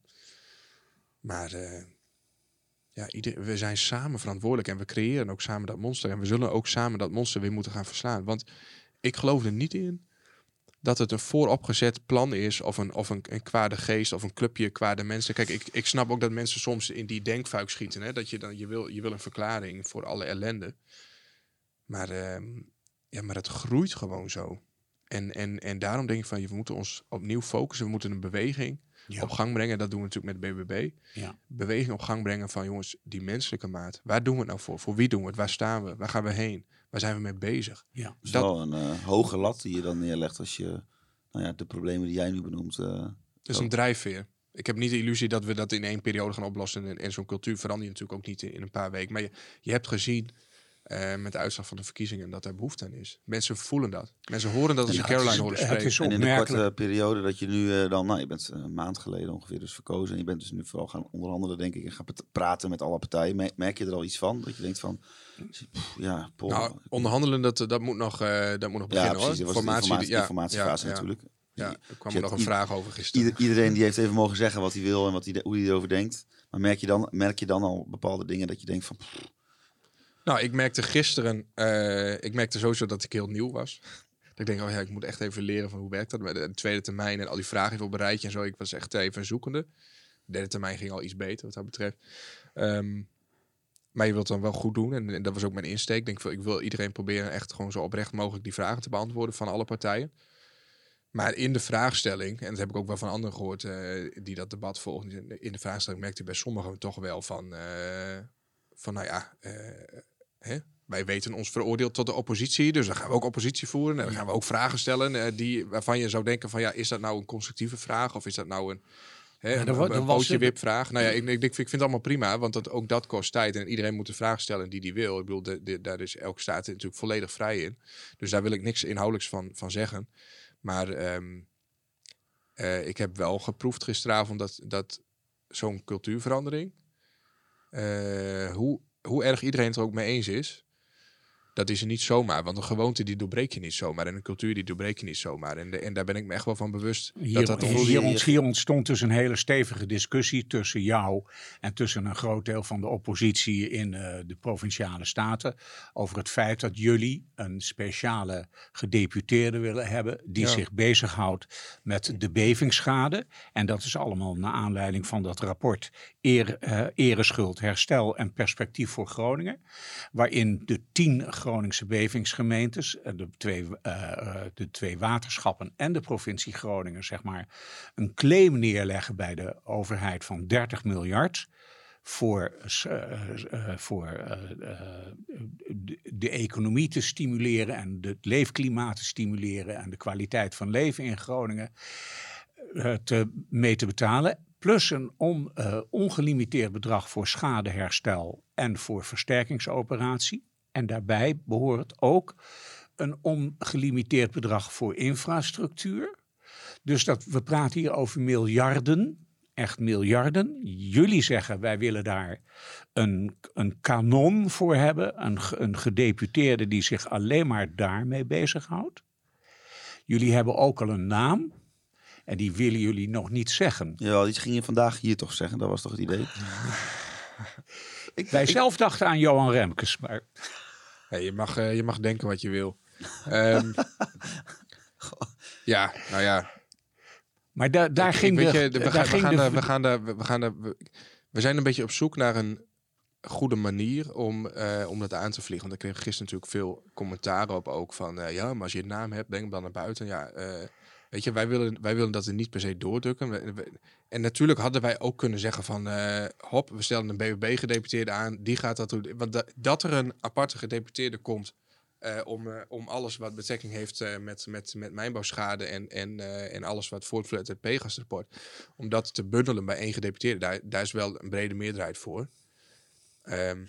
Maar uh, ja, ieder, we zijn samen verantwoordelijk en we creëren ook samen dat monster. En we zullen ook samen dat monster weer moeten gaan verslaan. Want ik geloof er niet in dat het een vooropgezet plan is of een, of een, een kwade geest of een clubje kwade mensen. Kijk, ik, ik snap ook dat mensen soms in die denkfuik schieten. Hè? Dat je dan, je wil, je wil een verklaring voor alle ellende. Maar, uh, ja, maar het groeit gewoon zo. En, en, en daarom denk ik van, we moeten ons opnieuw focussen. We moeten een beweging ja. op gang brengen. Dat doen we natuurlijk met B B B. Ja. Beweging op gang brengen van, jongens, die menselijke maat. Waar doen we het nou voor? Voor wie doen we het? Waar staan we? Waar gaan we heen? Waar zijn we mee bezig? Ja. Dat is dat, wel een uh, hoge lat die je dan neerlegt als je nou ja, de problemen die jij nu benoemt. Uh, het is een drijfveer. Ik heb niet de illusie dat we dat in één periode gaan oplossen. En, en zo'n cultuur verander je natuurlijk ook niet in, in een paar weken. Maar je, je hebt gezien uh, met de uitslag van de verkiezingen dat er behoefte aan is. Mensen voelen dat. Mensen horen dat als je Caroline horen spreken. En in de korte periode dat je nu uh, dan, nou, je bent een maand geleden ongeveer dus verkozen. En je bent dus nu vooral gaan onderhandelen, denk ik. En gaan praten met alle partijen. Merk je er al iets van? Dat je denkt van, pff, ja, Paul. Nou, onderhandelen, dat, dat moet nog, uh, dat moet nog beginnen, ja, precies, hoor. Informatie, informatie, ja, informatiefase ja, ja, natuurlijk. Ja, er kwam dus er nog een ieder, vraag over gisteren. Ieder, iedereen die heeft even mogen zeggen wat hij wil en wat hij, hoe hij erover denkt. Maar merk je dan, merk je dan al bepaalde dingen dat je denkt van... Pff. Nou, ik merkte gisteren, uh, ik merkte sowieso dat ik heel nieuw was. Dat ik denk, oh ja, ik moet echt even leren van hoe werkt dat. Bij de tweede termijn en al die vragen even op een rijtje en zo. Ik was echt even een zoekende. De derde termijn ging al iets beter wat dat betreft. Um, maar je wilt dan wel goed doen. En, en dat was ook mijn insteek. Ik denk, ik wil iedereen proberen echt gewoon zo oprecht mogelijk die vragen te beantwoorden van alle partijen. Maar in de vraagstelling, en dat heb ik ook wel van anderen gehoord uh, die dat debat volgen. In de vraagstelling merkte ik bij sommigen toch wel van, uh, van nou ja, uh, hè? Wij weten ons veroordeeld tot de oppositie. Dus dan gaan we ook oppositie voeren. En dan gaan we ook vragen stellen uh, die, waarvan je zou denken van ja, is dat nou een constructieve vraag? Of is dat nou een, hè, ja, een, een pootje wipvraag? Nou ja, ik, ik, ik, ik vind het allemaal prima, want dat, ook dat kost tijd. En iedereen moet de vraag stellen die die wil. Ik bedoel, de, de, daar is elke staat natuurlijk volledig vrij in. Dus daar wil ik niks inhoudelijks van, van zeggen. Maar um, uh, ik heb wel geproefd gisteravond dat, dat zo'n cultuurverandering, uh, hoe, hoe erg iedereen het er ook mee eens is, dat is er niet zomaar. Want een gewoonte die doorbreek je niet zomaar. En een cultuur die doorbreek je niet zomaar. En, de, en daar ben ik me echt wel van bewust. Hier, dat dat hier, hier, ont, hier ontstond dus een hele stevige discussie tussen jou en tussen een groot deel van de oppositie in uh, de Provinciale Staten. Over het feit dat jullie een speciale gedeputeerde willen hebben die ja. zich bezighoudt met de bevingsschade. En dat is allemaal naar aanleiding van dat rapport Eer, uh, Ereschuld, Herstel en Perspectief voor Groningen. Waarin de tien Groningse bevingsgemeentes, de twee, uh, de twee waterschappen en de provincie Groningen, zeg maar, een claim neerleggen bij de overheid van dertig miljard voor, uh, uh, voor uh, uh, de, de economie te stimuleren en het leefklimaat te stimuleren en de kwaliteit van leven in Groningen uh, te, mee te betalen. Plus een on, uh, ongelimiteerd bedrag voor schadeherstel en voor versterkingsoperatie. En daarbij behoort ook een ongelimiteerd bedrag voor infrastructuur. Dus dat, we praten hier over miljarden, echt miljarden. Jullie zeggen wij willen daar een, een kanon voor hebben. Een, een gedeputeerde die zich alleen maar daarmee bezighoudt. Jullie hebben ook al een naam. En die willen jullie nog niet zeggen. Ja, die ging je vandaag hier toch zeggen. Dat was toch het idee? ik, Wij ik, zelf dachten aan Johan Remkes. Maar... Hey, je, mag, uh, je mag denken wat je wil. um, ja, nou ja. Maar da, daar ik, ging ik, de... je, de, we, daar gaan, ging we, gaan de... de, we gaan de... We gaan de... We, we zijn een beetje op zoek naar een goede manier om, uh, om dat aan te vliegen. Want ik kreeg gisteren natuurlijk veel commentaren op ook van... Uh, ja, maar als je een naam hebt, denk dan naar buiten. Ja, uh, Weet je, wij willen, wij willen dat er niet per se doordukken. We, we, en natuurlijk hadden wij ook kunnen zeggen van... Uh, hop, we stellen een B B B-gedeputeerde aan. Die gaat dat doen. Want da, dat er een aparte gedeputeerde komt... Uh, om, uh, om alles wat betrekking heeft uh, met, met, met mijnbouwschade... en, en, uh, en alles wat voortvloeit uit het Pegasus-rapport... om dat te bundelen bij één gedeputeerde. Daar, daar is wel een brede meerderheid voor. Um,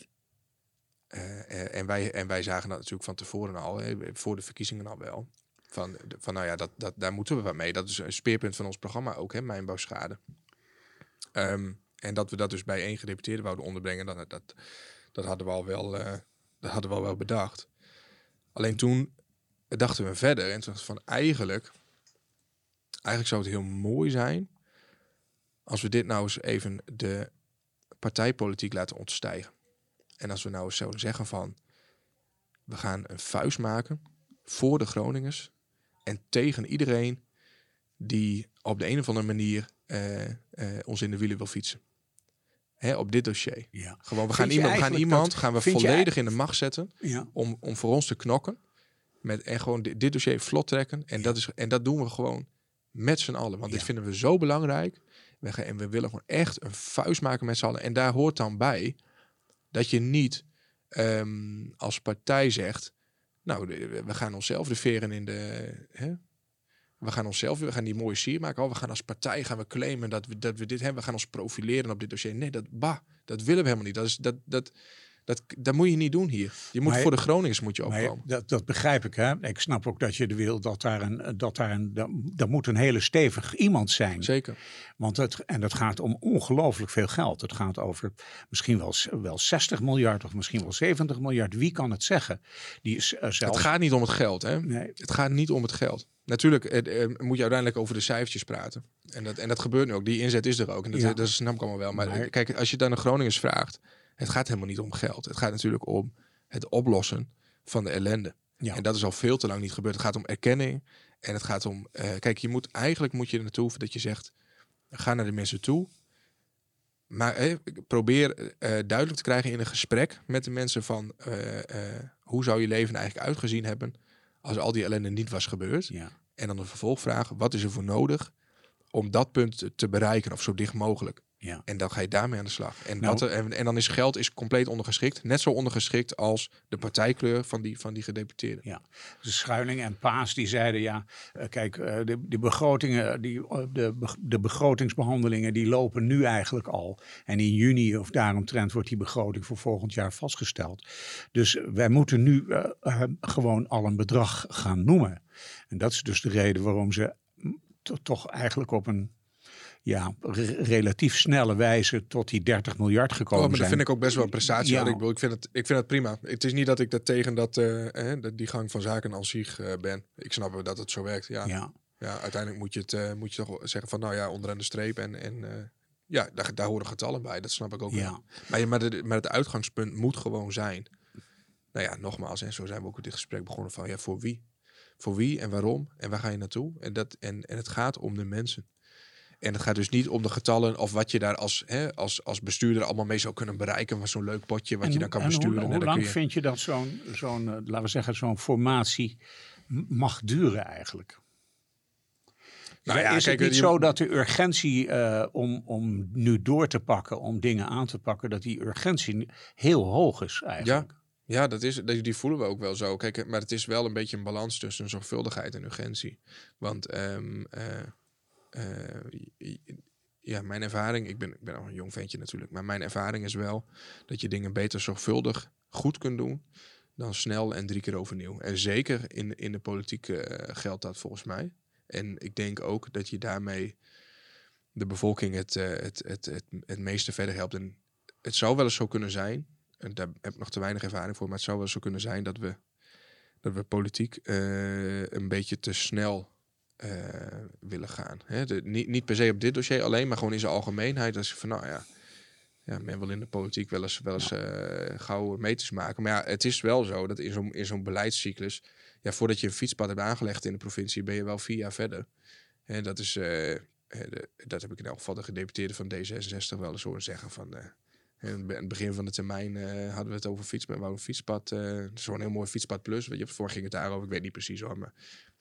uh, en, wij, en wij zagen dat natuurlijk van tevoren al... Hè, voor de verkiezingen al wel... Van, van nou ja, dat, dat, daar moeten we wat mee. Dat is een speerpunt van ons programma ook, hè, mijnbouwschade. Um, en dat we dat dus bij één gedeputeerde wouden onderbrengen, dat, dat, dat hadden we al wel, uh, dat hadden we al wel bedacht. Alleen toen dachten we verder en toen van eigenlijk, eigenlijk zou het heel mooi zijn als we dit nou eens even de partijpolitiek laten ontstijgen. En als we nou eens zouden zeggen van, we gaan een vuist maken voor de Groningers en tegen iedereen die op de een of andere manier uh, uh, ons in de wielen wil fietsen. Hè, op dit dossier. Ja. Gewoon, we gaan iemand, we gaan, iemand dat, gaan we volledig in de macht zetten ja. om, om voor ons te knokken. Met, en gewoon dit, dit dossier vlot trekken. En, ja. dat is, en dat doen we gewoon met z'n allen. Want ja. dit vinden we zo belangrijk. We gaan, en we willen gewoon echt een vuist maken met z'n allen. En daar hoort dan bij dat je niet um, als partij zegt... Nou, we gaan onszelf de veren in de... Hè? We gaan onszelf, we gaan die mooie sier maken. Oh, we gaan als partij gaan we claimen dat we, dat we dit hebben. We gaan ons profileren op dit dossier. Nee, dat, bah, dat willen we helemaal niet. Dat, is, dat, dat, dat, dat moet je niet doen hier. Je moet maar, voor de Groningers moet je opkomen. Dat, dat begrijp ik, hè. Ik snap ook dat je wil dat daar een... Dat daar een dat, dat moet een hele stevig iemand zijn. Zeker. Want het, en dat gaat om ongelooflijk veel geld. Het gaat over misschien wel, wel zestig miljard of misschien wel zeventig miljard. Wie kan het zeggen? Die is, uh, zelfs... Het gaat niet om het geld, hè. Nee. Het gaat niet om het geld. Natuurlijk eh, eh, moet je uiteindelijk over de cijfertjes praten. En dat, en dat gebeurt nu ook. Die inzet is er ook. En dat, ja. dat snap ik allemaal wel. Maar, maar kijk, als je dan de Groningers vraagt... Het gaat helemaal niet om geld. Het gaat natuurlijk om het oplossen van de ellende. Ja. En dat is al veel te lang niet gebeurd. Het gaat om erkenning. En het gaat om... Uh, kijk, je moet, eigenlijk moet je er naartoe dat je zegt... Ga naar de mensen toe. Maar eh, probeer uh, duidelijk te krijgen in een gesprek met de mensen van... Uh, uh, hoe zou je leven eigenlijk uitgezien hebben... als al die ellende niet was gebeurd. Ja. En dan een vervolgvraag. Wat is er voor nodig om dat punt te, te bereiken? Of zo dicht mogelijk. Ja. En dan ga je daarmee aan de slag. En, nou, dat, en, en dan is geld is compleet ondergeschikt. Net zo ondergeschikt als de partijkleur van die, van die gedeputeerden. Ja. De Schuiling en Paas die zeiden... ja, uh, kijk, uh, de, de begrotingen, die, uh, de, de begrotingsbehandelingen... die lopen nu eigenlijk al. En in juni of daaromtrent wordt die begroting voor volgend jaar vastgesteld. Dus wij moeten nu uh, uh, gewoon al een bedrag gaan noemen. En dat is dus de reden waarom ze to- toch eigenlijk op een... ja, re- relatief snelle wijze tot die dertig miljard gekomen oh, maar zijn. Dat vind ik ook best wel een prestatie. Ja. Ik, bedoel, ik, vind het, ik vind het prima. Het is niet dat ik dat tegen dat, uh, eh, die gang van zaken als zich uh, ben. Ik snap wel dat het zo werkt. Ja, ja. ja uiteindelijk moet je, het, uh, moet je toch zeggen van nou ja, onderaan de streep. En, en uh, ja, daar, daar horen getallen bij. Dat snap ik ook ja. wel. Maar, maar, de, maar het uitgangspunt moet gewoon zijn. Nou ja, nogmaals. En zo zijn we ook in dit gesprek begonnen van ja, voor wie? Voor wie en waarom? En waar ga je naartoe? En, dat, en, en het gaat om de mensen. En het gaat dus niet om de getallen of wat je daar als, hè, als, als bestuurder allemaal mee zou kunnen bereiken. Van zo'n leuk potje wat en, je dan kan en besturen. Hoe, en hoe dan lang kun je... vind je dat zo'n, zo'n uh, laten we zeggen, zo'n formatie mag duren eigenlijk? Nou ja, is kijk, het niet je... zo dat de urgentie uh, om, om nu door te pakken, om dingen aan te pakken, dat die urgentie heel hoog is eigenlijk? Ja. Ja, dat is, die voelen we ook wel zo. Kijk, maar het is wel een beetje een balans tussen zorgvuldigheid en urgentie. Want um, uh, uh, ja, mijn ervaring, ik ben, ik ben al een jong ventje natuurlijk, maar mijn ervaring is wel dat je dingen beter zorgvuldig goed kunt doen dan snel en drie keer overnieuw. En zeker in, in de politiek uh, geldt dat volgens mij. En ik denk ook dat je daarmee de bevolking het, uh, het, het, het, het meeste verder helpt. En het zou wel eens zo kunnen zijn, en daar heb ik nog te weinig ervaring voor, maar het zou wel eens zo kunnen zijn dat we, dat we politiek uh, een beetje te snel uh, willen gaan. Hè? De, niet, niet per se op dit dossier alleen, maar gewoon in zijn algemeenheid. Dat is van, nou ja, ja, men wil in de politiek wel eens, wel eens uh, gauw meters maken. Maar ja, het is wel zo dat in zo'n, in zo'n beleidscyclus, ja, voordat je een fietspad hebt aangelegd in de provincie, ben je wel vier jaar verder. En dat is, uh, de, dat heb ik in elk geval de gedeputeerde van D zesenzestig wel eens horen zeggen van... Uh, in het begin van de termijn uh, hadden we het over fietspad. We een fietspad, uh, zo'n heel mooi fietspad plus. Weet je, voor ging het daarover, ik weet niet precies hoor. Maar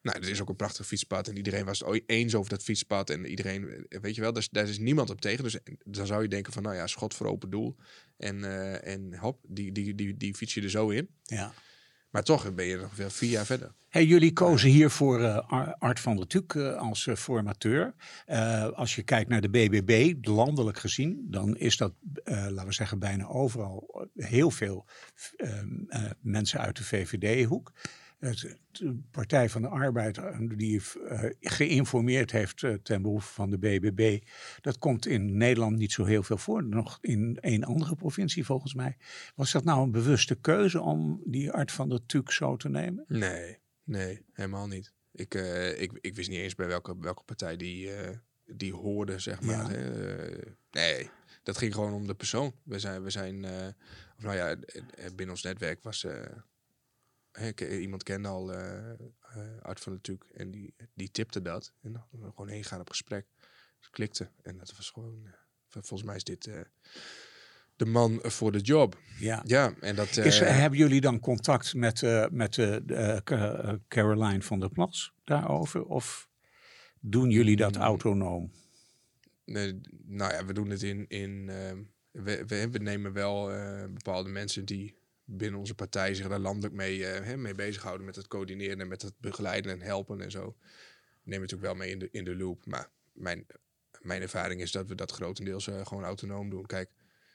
Nou, er is ook een prachtig fietspad en iedereen was het eens over dat fietspad. En iedereen, weet je wel, daar is, daar is niemand op tegen. Dus dan zou je denken van, nou ja, schot voor open doel. En, uh, en hop, die, die, die, die fiets je er zo in. Ja. Maar toch ben je nog wel vier jaar verder. Hey, jullie kozen hier voor uh, Art van der Tuuk uh, als uh, formateur. Uh, als je kijkt naar de B B B, landelijk gezien, dan is dat, uh, laten we zeggen, bijna overal heel veel uh, uh, mensen uit de V V D-hoek. De Partij van de Arbeid, die uh, geïnformeerd heeft uh, ten behoeve van de B B B. Dat komt in Nederland niet zo heel veel voor. Nog in één andere provincie volgens mij. Was dat nou een bewuste keuze om die Art van der Tuuk zo te nemen? Nee, nee, helemaal niet. Ik, uh, ik, ik wist niet eens bij welke, welke partij die, uh, die hoorde, zeg maar. Ja. Hè. Uh, nee, dat ging gewoon om de persoon. We zijn, we zijn uh, of nou ja, binnen ons netwerk was... Uh, Ik, iemand kende al uh, uh, Art van der Tuuk en die, die tipte dat. En dan gewoon heen gaan op gesprek. Het klikte. En dat was gewoon... Uh, volgens mij is dit uh, de man voor de job. Ja. Ja, en dat... Uh, is, hebben jullie dan contact met, uh, met uh, uh, Caroline van der Plas daarover? Of doen jullie dat mm, autonoom? Nee, nou ja, we doen het in... in uh, we, we, we nemen wel uh, bepaalde mensen die... binnen onze partij zich daar landelijk mee, uh, mee bezighouden met het coördineren en met het begeleiden en helpen en zo. Neem natuurlijk wel mee in de, in de loop. Maar mijn, mijn ervaring is dat we dat grotendeels uh, gewoon autonoom doen. Kijk,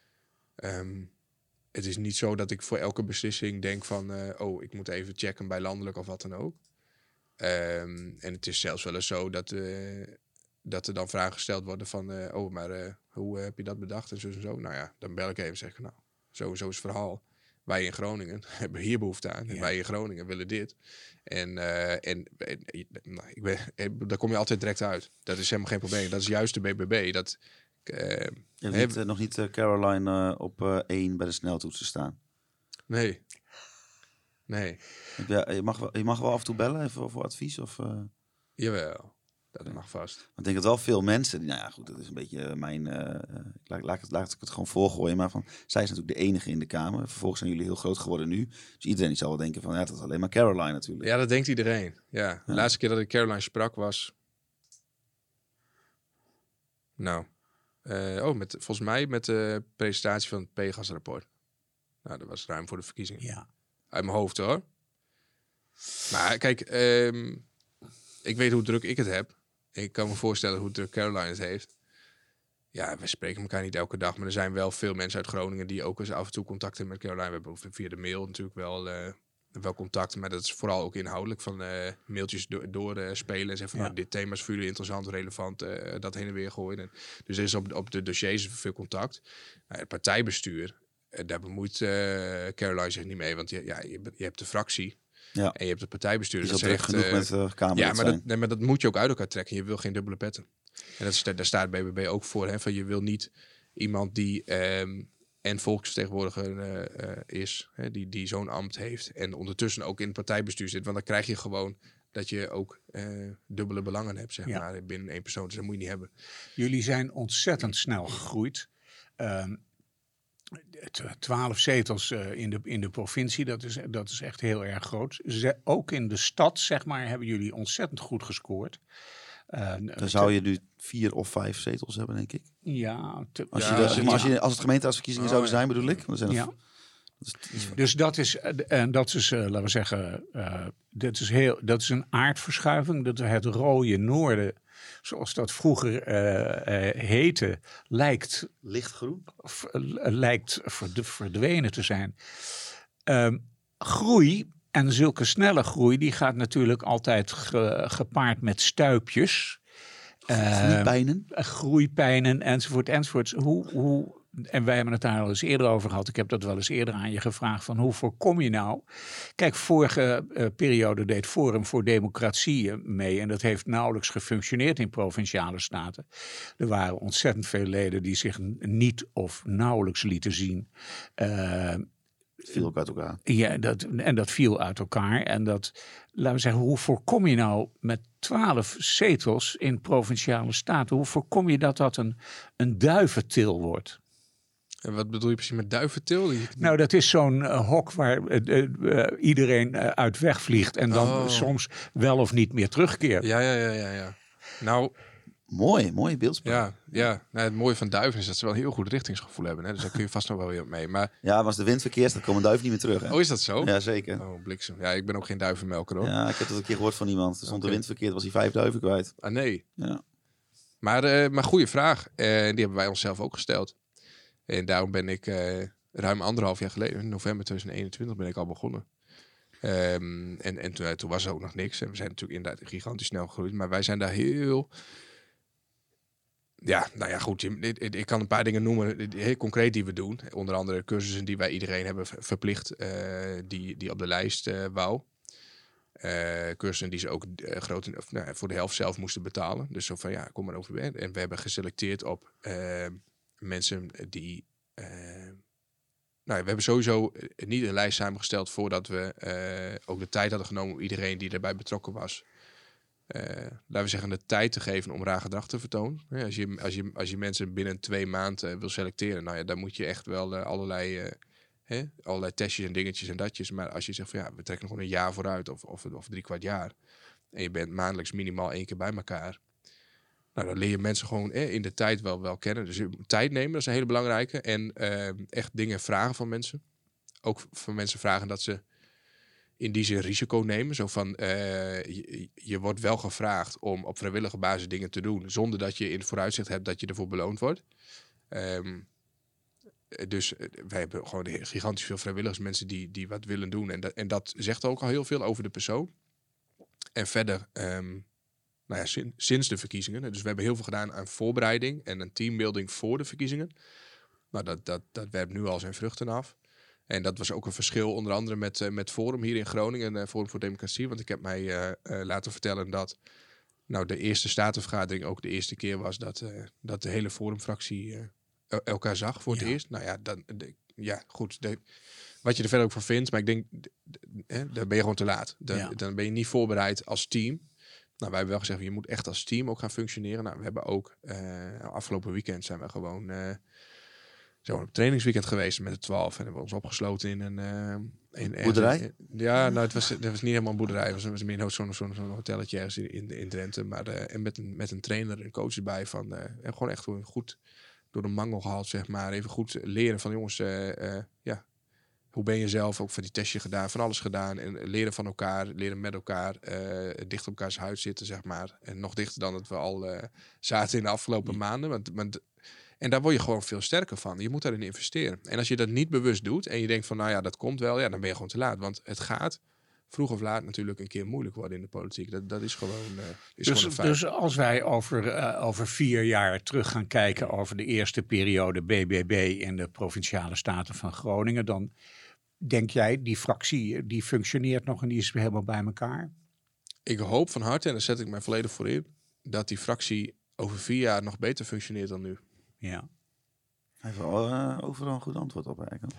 um, het is niet zo dat ik voor elke beslissing denk van... Uh, oh, ik moet even checken bij landelijk of wat dan ook. Um, en het is zelfs wel eens zo dat, uh, dat er dan vragen gesteld worden van... Uh, oh, maar uh, hoe uh, heb je dat bedacht en zo en zo? Nou ja, dan bel ik even en zeg nou, zo, zo is het verhaal. Wij in Groningen hebben hier behoefte aan. En ja. wij in Groningen willen dit. En, uh, en, en nou, ik ben, daar kom je altijd direct uit. Dat is helemaal geen probleem. Dat is juist de B B B. Dat, uh, je hebt heb... niet, uh, nog niet uh, Caroline uh, op uh, één bij de sneltoetsen staan. Nee. Nee. Ja, je, mag wel, je mag wel af en toe bellen even voor advies? Of, uh... Jawel. Dat mag vast. Want ik denk dat wel veel mensen, nou ja goed, dat is een beetje mijn, uh, laat, laat, laat ik het gewoon voorgooien, maar van, zij is natuurlijk de enige in de Kamer. Vervolgens zijn jullie heel groot geworden nu. Dus iedereen zal wel denken van, ja, dat is alleen maar Caroline natuurlijk. Ja, dat denkt iedereen. Ja. De ja. laatste keer dat ik Caroline sprak was... Nou, uh, oh, met, volgens mij met de presentatie van het Pegas-rapport. Nou, dat was ruim voor de verkiezingen. Ja. Uit mijn hoofd hoor. Maar kijk, um, ik weet hoe druk ik het heb. Ik kan me voorstellen hoe druk Caroline het heeft. Ja, we spreken elkaar niet elke dag. Maar er zijn wel veel mensen uit Groningen die ook eens af en toe contact hebben met Caroline. We hebben via de mail natuurlijk wel, uh, wel contact. Maar dat is vooral ook inhoudelijk van uh, mailtjes do- doorspelen. Uh, en zeggen van, ja. nou, dit thema is voor jullie interessant, relevant. Uh, dat heen en weer gooien. En dus er is op, op de dossiers veel contact. Nou, het partijbestuur, uh, daar bemoeit uh, Caroline zich niet mee. Want je, ja, je, je hebt de fractie. Ja. En je hebt het partijbestuur. Is dat dat zegt, genoeg uh, met de Kamer? Ja, maar dat, nee, maar dat moet je ook uit elkaar trekken. Je wil geen dubbele petten. En dat is, daar staat B B B ook voor. Hè, van je wil niet iemand die um, en volksvertegenwoordiger uh, uh, is, hè, die, die zo'n ambt heeft en ondertussen ook in het partijbestuur zit. Want dan krijg je gewoon dat je ook uh, dubbele belangen hebt, zeg ja. maar, binnen één persoon. Dus dat moet je niet hebben. Jullie zijn ontzettend snel gegroeid. Um, Twaalf zetels uh, in, de, in de provincie, dat is, dat is echt heel erg groot. Ze, ook in de stad, zeg maar, hebben jullie ontzettend goed gescoord. Uh, Dan zou je nu vier of vijf zetels hebben, denk ik. Ja. Te, als, ja, je de, als, maar als, ja. je, als het gemeenteraadsverkiezingen oh, zouden zijn, bedoel ik. Dan zijn ja. dat, dat is, dus dat is, en dat is, uh, laten we zeggen, uh, dat is, heel, dat is een aardverschuiving. Dat het rode noorden, zoals dat vroeger uh, uh, heette, lijkt lichtgroen, v- lijkt verdwenen te zijn. Um, groei, en zulke snelle groei, die gaat natuurlijk altijd ge, gepaard met stuipjes. Groeipijnen. Uh, groeipijnen, enzovoort, enzovoort. Hoe, hoe, en wij hebben het daar al eens eerder over gehad. Ik heb dat wel eens eerder aan je gevraagd. Van hoe voorkom je nou? Kijk, vorige uh, periode deed Forum voor Democratie mee. En dat heeft nauwelijks gefunctioneerd in provinciale staten. Er waren ontzettend veel leden die zich niet of nauwelijks lieten zien. Uh, Het viel ook uit elkaar. Ja, dat, en dat viel uit elkaar. En dat, laten we zeggen, hoe voorkom je nou met twaalf zetels in provinciale staten, hoe voorkom je dat dat een, een duiventil wordt? En wat bedoel je precies met duiventil? Je... Nou, dat is zo'n uh, hok waar uh, uh, iedereen uh, uit wegvliegt en dan Oh. soms wel of niet meer terugkeert. Ja, ja, ja, ja, ja. Nou, Mooi, mooi beeldspraak. ja, ja. Nou, het mooie van duiven is dat ze wel een heel goed richtingsgevoel hebben. Hè? Dus daar kun je vast nog wel weer mee. Maar, Ja, maar als de wind verkeert, dan komen duiven niet meer terug. Hè? oh, is dat zo? Ja, zeker. Oh, bliksem. Ja, ik ben ook geen duivenmelker, hoor. Ja, ik heb dat een keer gehoord van iemand. Er stond Oké. de wind verkeerd, was hij vijf duiven kwijt. Ah, nee. Ja. Maar, uh, maar goede vraag. Uh, die hebben wij onszelf ook gesteld. En daarom ben ik uh, ruim anderhalf jaar geleden, in november tweeduizend eenentwintig, ben ik al begonnen. Um, en en toen, toen was er ook nog niks. En we zijn natuurlijk inderdaad gigantisch snel gegroeid. Maar wij zijn daar heel... Ja, nou ja, goed. Ik, ik kan een paar dingen noemen, heel concreet die we doen. Onder andere cursussen die wij iedereen hebben verplicht, uh, die, die op de lijst uh, wou. Uh, cursussen die ze ook uh, groot, of, nou, voor de helft zelf moesten betalen. Dus zo van, ja, kom maar over. En we hebben geselecteerd op uh, mensen die... Uh, nou, we hebben sowieso niet een lijst samengesteld voordat we uh, ook de tijd hadden genomen om iedereen die erbij betrokken was... Uh, laten we zeggen, de tijd te geven om raar gedrag te vertonen. Ja, als, je, als, je, als je mensen binnen twee maanden uh, wil selecteren, nou ja, dan moet je echt wel uh, allerlei, uh, hè, allerlei testjes en dingetjes en datjes. Maar als je zegt van ja, we trekken nog een jaar vooruit of, of, of drie kwart jaar. En je bent maandelijks minimaal één keer bij elkaar. Nou, dan leer je mensen gewoon eh, in de tijd wel, wel kennen. Dus tijd nemen, dat is een hele belangrijke. En uh, echt dingen vragen van mensen. Ook van mensen vragen dat ze in die zin risico nemen. Zo van, uh, je, je wordt wel gevraagd om op vrijwillige basis dingen te doen, zonder dat je in het vooruitzicht hebt dat je ervoor beloond wordt. Um, dus uh, wij hebben gewoon gigantisch veel vrijwilligers, mensen die, die wat willen doen. En dat, en dat zegt ook al heel veel over de persoon. En verder, um, nou ja, sin, sinds de verkiezingen. Dus we hebben heel veel gedaan aan voorbereiding en een teambuilding voor de verkiezingen. Nou, dat, dat, dat werpt nu al zijn vruchten af. En dat was ook een verschil onder andere met, uh, met Forum hier in Groningen, uh, Forum voor Democratie. Want ik heb mij uh, uh, laten vertellen dat nou, de eerste statenvergadering ook de eerste keer was dat, uh, dat de hele Forumfractie uh, elkaar zag voor het Ja. eerst. Nou ja, dan, de, ja goed. De, wat je er verder ook van vindt, maar ik denk, de, de, de, dan ben je gewoon te laat. De, Ja. Dan ben je niet voorbereid als team. Nou, wij hebben wel gezegd, je moet echt als team ook gaan functioneren. Nou, we hebben ook, uh, afgelopen weekend zijn we gewoon... Uh, Zo op trainingsweekend geweest met de twaalf en hebben we ons opgesloten in een uh, in boerderij. Ergens, ja, nou het was het was niet helemaal een boerderij, het was, was meer zo'n zo'n zo'n hotelletje ergens in in Drenthe, maar uh, en met een met een trainer en coach erbij van uh, en gewoon echt goed door de mangel gehaald, zeg maar, even goed leren van jongens, uh, uh, ja, hoe ben je zelf, ook van die testje gedaan, van alles gedaan en leren van elkaar, leren met elkaar, uh, dicht op elkaars huid zitten, zeg maar, en nog dichter dan dat we al uh, zaten in de afgelopen ja. maanden, want, want en daar word je gewoon veel sterker van. Je moet daarin investeren. En als je dat niet bewust doet en je denkt van, nou ja, dat komt wel, ja, dan ben je gewoon te laat. Want het gaat vroeg of laat natuurlijk een keer moeilijk worden in de politiek. Dat, dat is gewoon, uh, is dus, gewoon een feit. Dus als wij over, uh, over vier jaar terug gaan kijken over de eerste periode B B B in de Provinciale Staten van Groningen, dan denk jij, die fractie, die functioneert nog en die is helemaal bij elkaar? Ik hoop van harte, en daar zet ik mij volledig voor in, dat die fractie over vier jaar nog beter functioneert dan nu. Ja. Hij heeft wel uh, overal een goed antwoord op eigenlijk.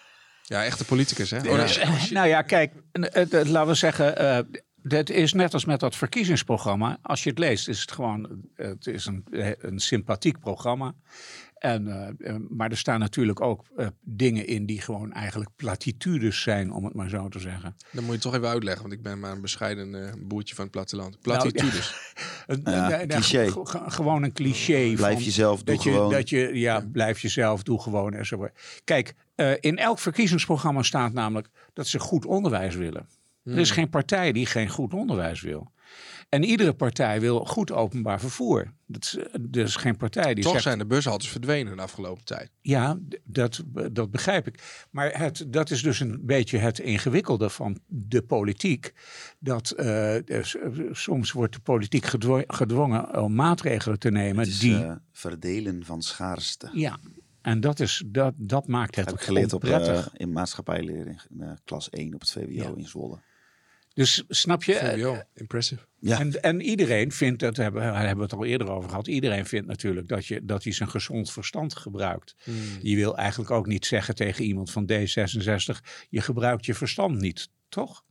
Ja, echte politicus, hè? Oh, dus, uh, nou ja, kijk, uh, uh, laten we zeggen, uh, het is net als met dat verkiezingsprogramma. Als je het leest, is het gewoon, uh, het is een, een sympathiek programma. En, uh, uh, maar er staan natuurlijk ook uh, dingen in die gewoon eigenlijk platitudes zijn, om het maar zo te zeggen. Dan moet je toch even uitleggen, want ik ben maar een bescheiden uh, boertje van het platteland. Platitudes. Nou, ja, ja, cliché. G- g- gewoon een cliché. Blijf van, jezelf, doe dat je, gewoon. Dat je, ja, ja, blijf jezelf, doe gewoon enzovoort. Kijk, uh, in elk verkiezingsprogramma staat namelijk dat ze goed onderwijs willen. Hmm. Er is geen partij die geen goed onderwijs wil. En iedere partij wil goed openbaar vervoer. Dat is, er is geen partij die Toch zegt, zijn de bushaltes verdwenen de afgelopen tijd. Ja, dat, dat begrijp ik. Maar het, dat is dus een beetje het ingewikkelde van de politiek. Dat uh, dus, uh, soms wordt de politiek gedwo- gedwongen om maatregelen te nemen. Het is die uh, verdelen van schaarste. Ja, en dat, is, dat, dat maakt het heb ik geleerd op, uh, in maatschappijleer in uh, klas één op het V W O ja. in Zwolle. Dus snap je? V W O, impressive. Ja. En, en iedereen vindt, dat hebben, daar hebben we het al eerder over gehad, iedereen vindt natuurlijk dat, je, dat hij zijn gezond verstand gebruikt. Hmm. Je wil eigenlijk ook niet zeggen tegen iemand van D zesenzestig, je gebruikt je verstand niet, toch?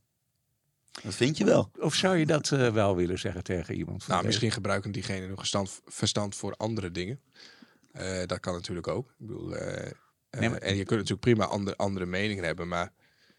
Dat vind je wel. Of zou je dat uh, wel willen zeggen tegen iemand? Van nou, misschien gebruiken diegene hun verstand, verstand voor andere dingen. Uh, dat kan natuurlijk ook. Ik bedoel, uh, Uh, Nee, maar- En je kunt natuurlijk prima andere, andere meningen hebben, maar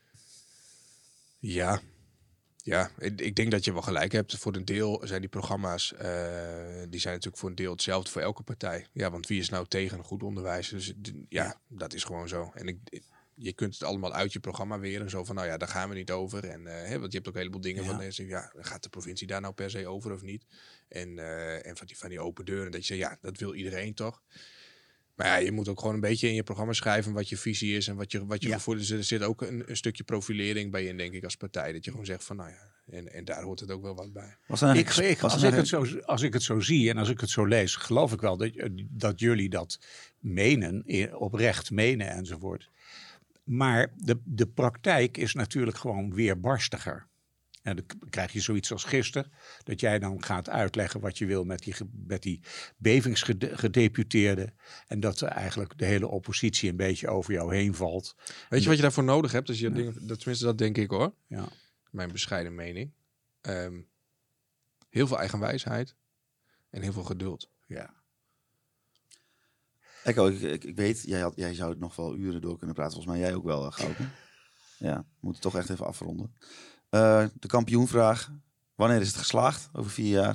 ja, ja ik, ik denk dat je wel gelijk hebt. Voor een deel zijn die programma's, uh, die zijn natuurlijk voor een deel hetzelfde voor elke partij. Ja, want wie is nou tegen een goed onderwijs? Dus d- ja, dat is gewoon zo. En ik, je kunt het allemaal uit je programma weren. Zo van, nou ja, daar gaan we niet over. En, uh, hè, want je hebt ook een heleboel dingen Ja. van, uh, ja, gaat de provincie daar nou per se over of niet? En, uh, en van, die, van die open deuren, dat je zegt, ja, dat wil iedereen toch? Maar ja, je moet ook gewoon een beetje in je programma schrijven wat je visie is en wat je, wat je Ja. gevoel is. Er zit ook een, een stukje profilering bij in, denk ik, als partij. Dat je gewoon zegt van, nou ja, en, en daar hoort het ook wel wat bij. Was er Ik, eigenlijk- ik, was er als, ik het eigenlijk- zo, als ik het zo zie en als ik het zo lees, geloof ik wel dat, dat jullie dat menen, i- oprecht menen enzovoort. Maar de, de praktijk is natuurlijk gewoon weerbarstiger. En dan k- krijg je zoiets als gisteren, dat jij dan gaat uitleggen wat je wil met die, ge- met die bevingsgedeputeerden. En dat er eigenlijk de hele oppositie een beetje over jou heen valt. Weet je wat je daarvoor nodig hebt? Als je dingen, dat, tenminste, dat denk ik hoor. Ja. Mijn bescheiden mening. Um, heel veel eigenwijsheid en heel veel geduld. Ja. Echo, ik, ik, ik weet, jij, had, jij zou het nog wel uren door kunnen praten. Volgens mij jij ook wel, uh, Gauke. Ja, we moeten toch echt even afronden. Uh, de kampioenvraag. Wanneer is het geslaagd? Over vier jaar?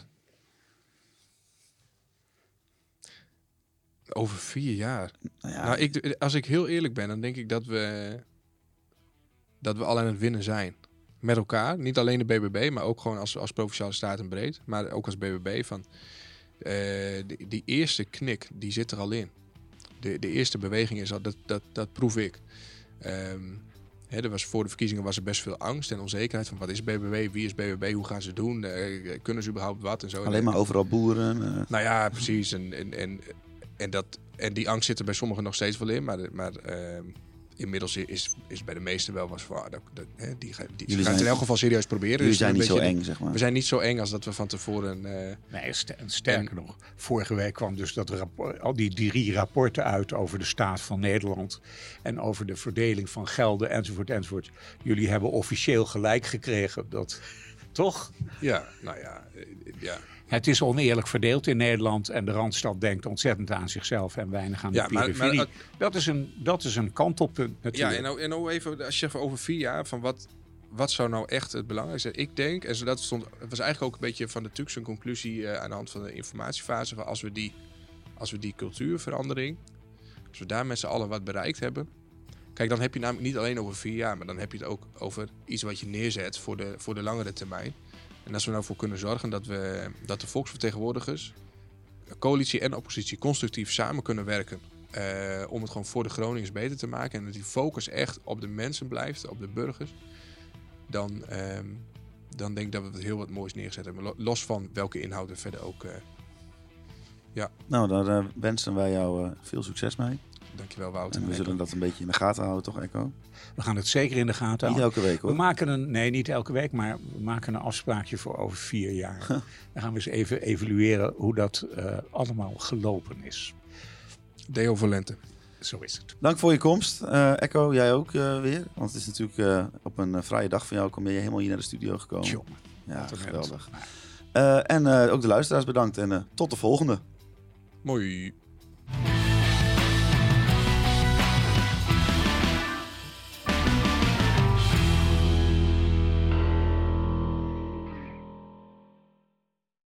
Over vier jaar. Nou ja, Nou, ik, als ik heel eerlijk ben, dan denk ik dat we, dat we al aan het winnen zijn. Met elkaar. Niet alleen de B B B, maar ook gewoon als, als Provinciale Staten breed. Maar ook als B B B. Van, uh, die, die eerste knik, die zit er al in. De, de eerste beweging is al, dat, dat, dat proef ik. Um, He, er was, voor de verkiezingen was er best veel angst en onzekerheid van wat is B B B, wie is B B B, hoe gaan ze doen, uh, kunnen ze überhaupt wat en zo. alleen maar overal boeren. Uh. Nou ja, precies. En, en, en, en, dat, en die angst zit er bij sommigen nog steeds wel in, maar, maar uh, inmiddels is, is bij de meesten wel was van, dat, dat, hè, die, die gaan zijn, het in elk geval serieus proberen. Jullie dus zijn niet zo eng, die, zeg maar. We zijn niet zo eng als dat we van tevoren... Uh, Nee, sterker en, nog. Vorige week kwam dus dat rapport, al die drie rapporten uit over de staat van Nederland. En over de verdeling van gelden enzovoort enzovoort. Jullie hebben officieel gelijk gekregen. Dat, toch? Ja, nou ja, ja. Het is oneerlijk verdeeld in Nederland. En de Randstad denkt ontzettend aan zichzelf en weinig aan de ja, periferie. Maar, maar, dat, is een, dat is een kantelpunt natuurlijk. Ja, en nou, en nou even, als je zegt over vier jaar, van wat... Wat zou nou echt het belangrijkste zijn? Ik denk, en dat stond, het was eigenlijk ook een beetje van de T U X een conclusie uh, aan de hand van de informatiefase. Van als we die, als we die cultuurverandering, als we daar met z'n allen wat bereikt hebben. Kijk, dan heb je namelijk niet alleen over vier jaar, maar dan heb je het ook over iets wat je neerzet voor de, voor de langere termijn. En als we nou voor kunnen zorgen dat, we, dat de volksvertegenwoordigers, coalitie en oppositie constructief samen kunnen werken. Uh, om het gewoon voor de Groningers beter te maken. En dat die focus echt op de mensen blijft, op de burgers. Dan, um, dan denk ik dat we het heel wat moois neergezet hebben. Los van welke inhoud er verder ook... Uh, ja. Nou, daar uh, wensen wij jou uh, veel succes mee. Dankjewel, Wouter. En we zullen dat een beetje in de gaten houden, toch, Echo? We gaan het zeker in de gaten houden. Niet elke week, hoor. We maken een, nee, niet elke week, maar we maken een afspraakje voor over vier jaar. Huh. Dan gaan we eens even evalueren hoe dat uh, allemaal gelopen is. Deo Volente. Zo is het. Dank voor je komst. Uh, Echo, jij ook uh, weer. Want het is natuurlijk uh, op een uh, vrije dag van jou kom je helemaal hier naar de studio gekomen. Tjonge. Ja, geweldig. Uh, en uh, ook de luisteraars bedankt en uh, tot de volgende. Mooi.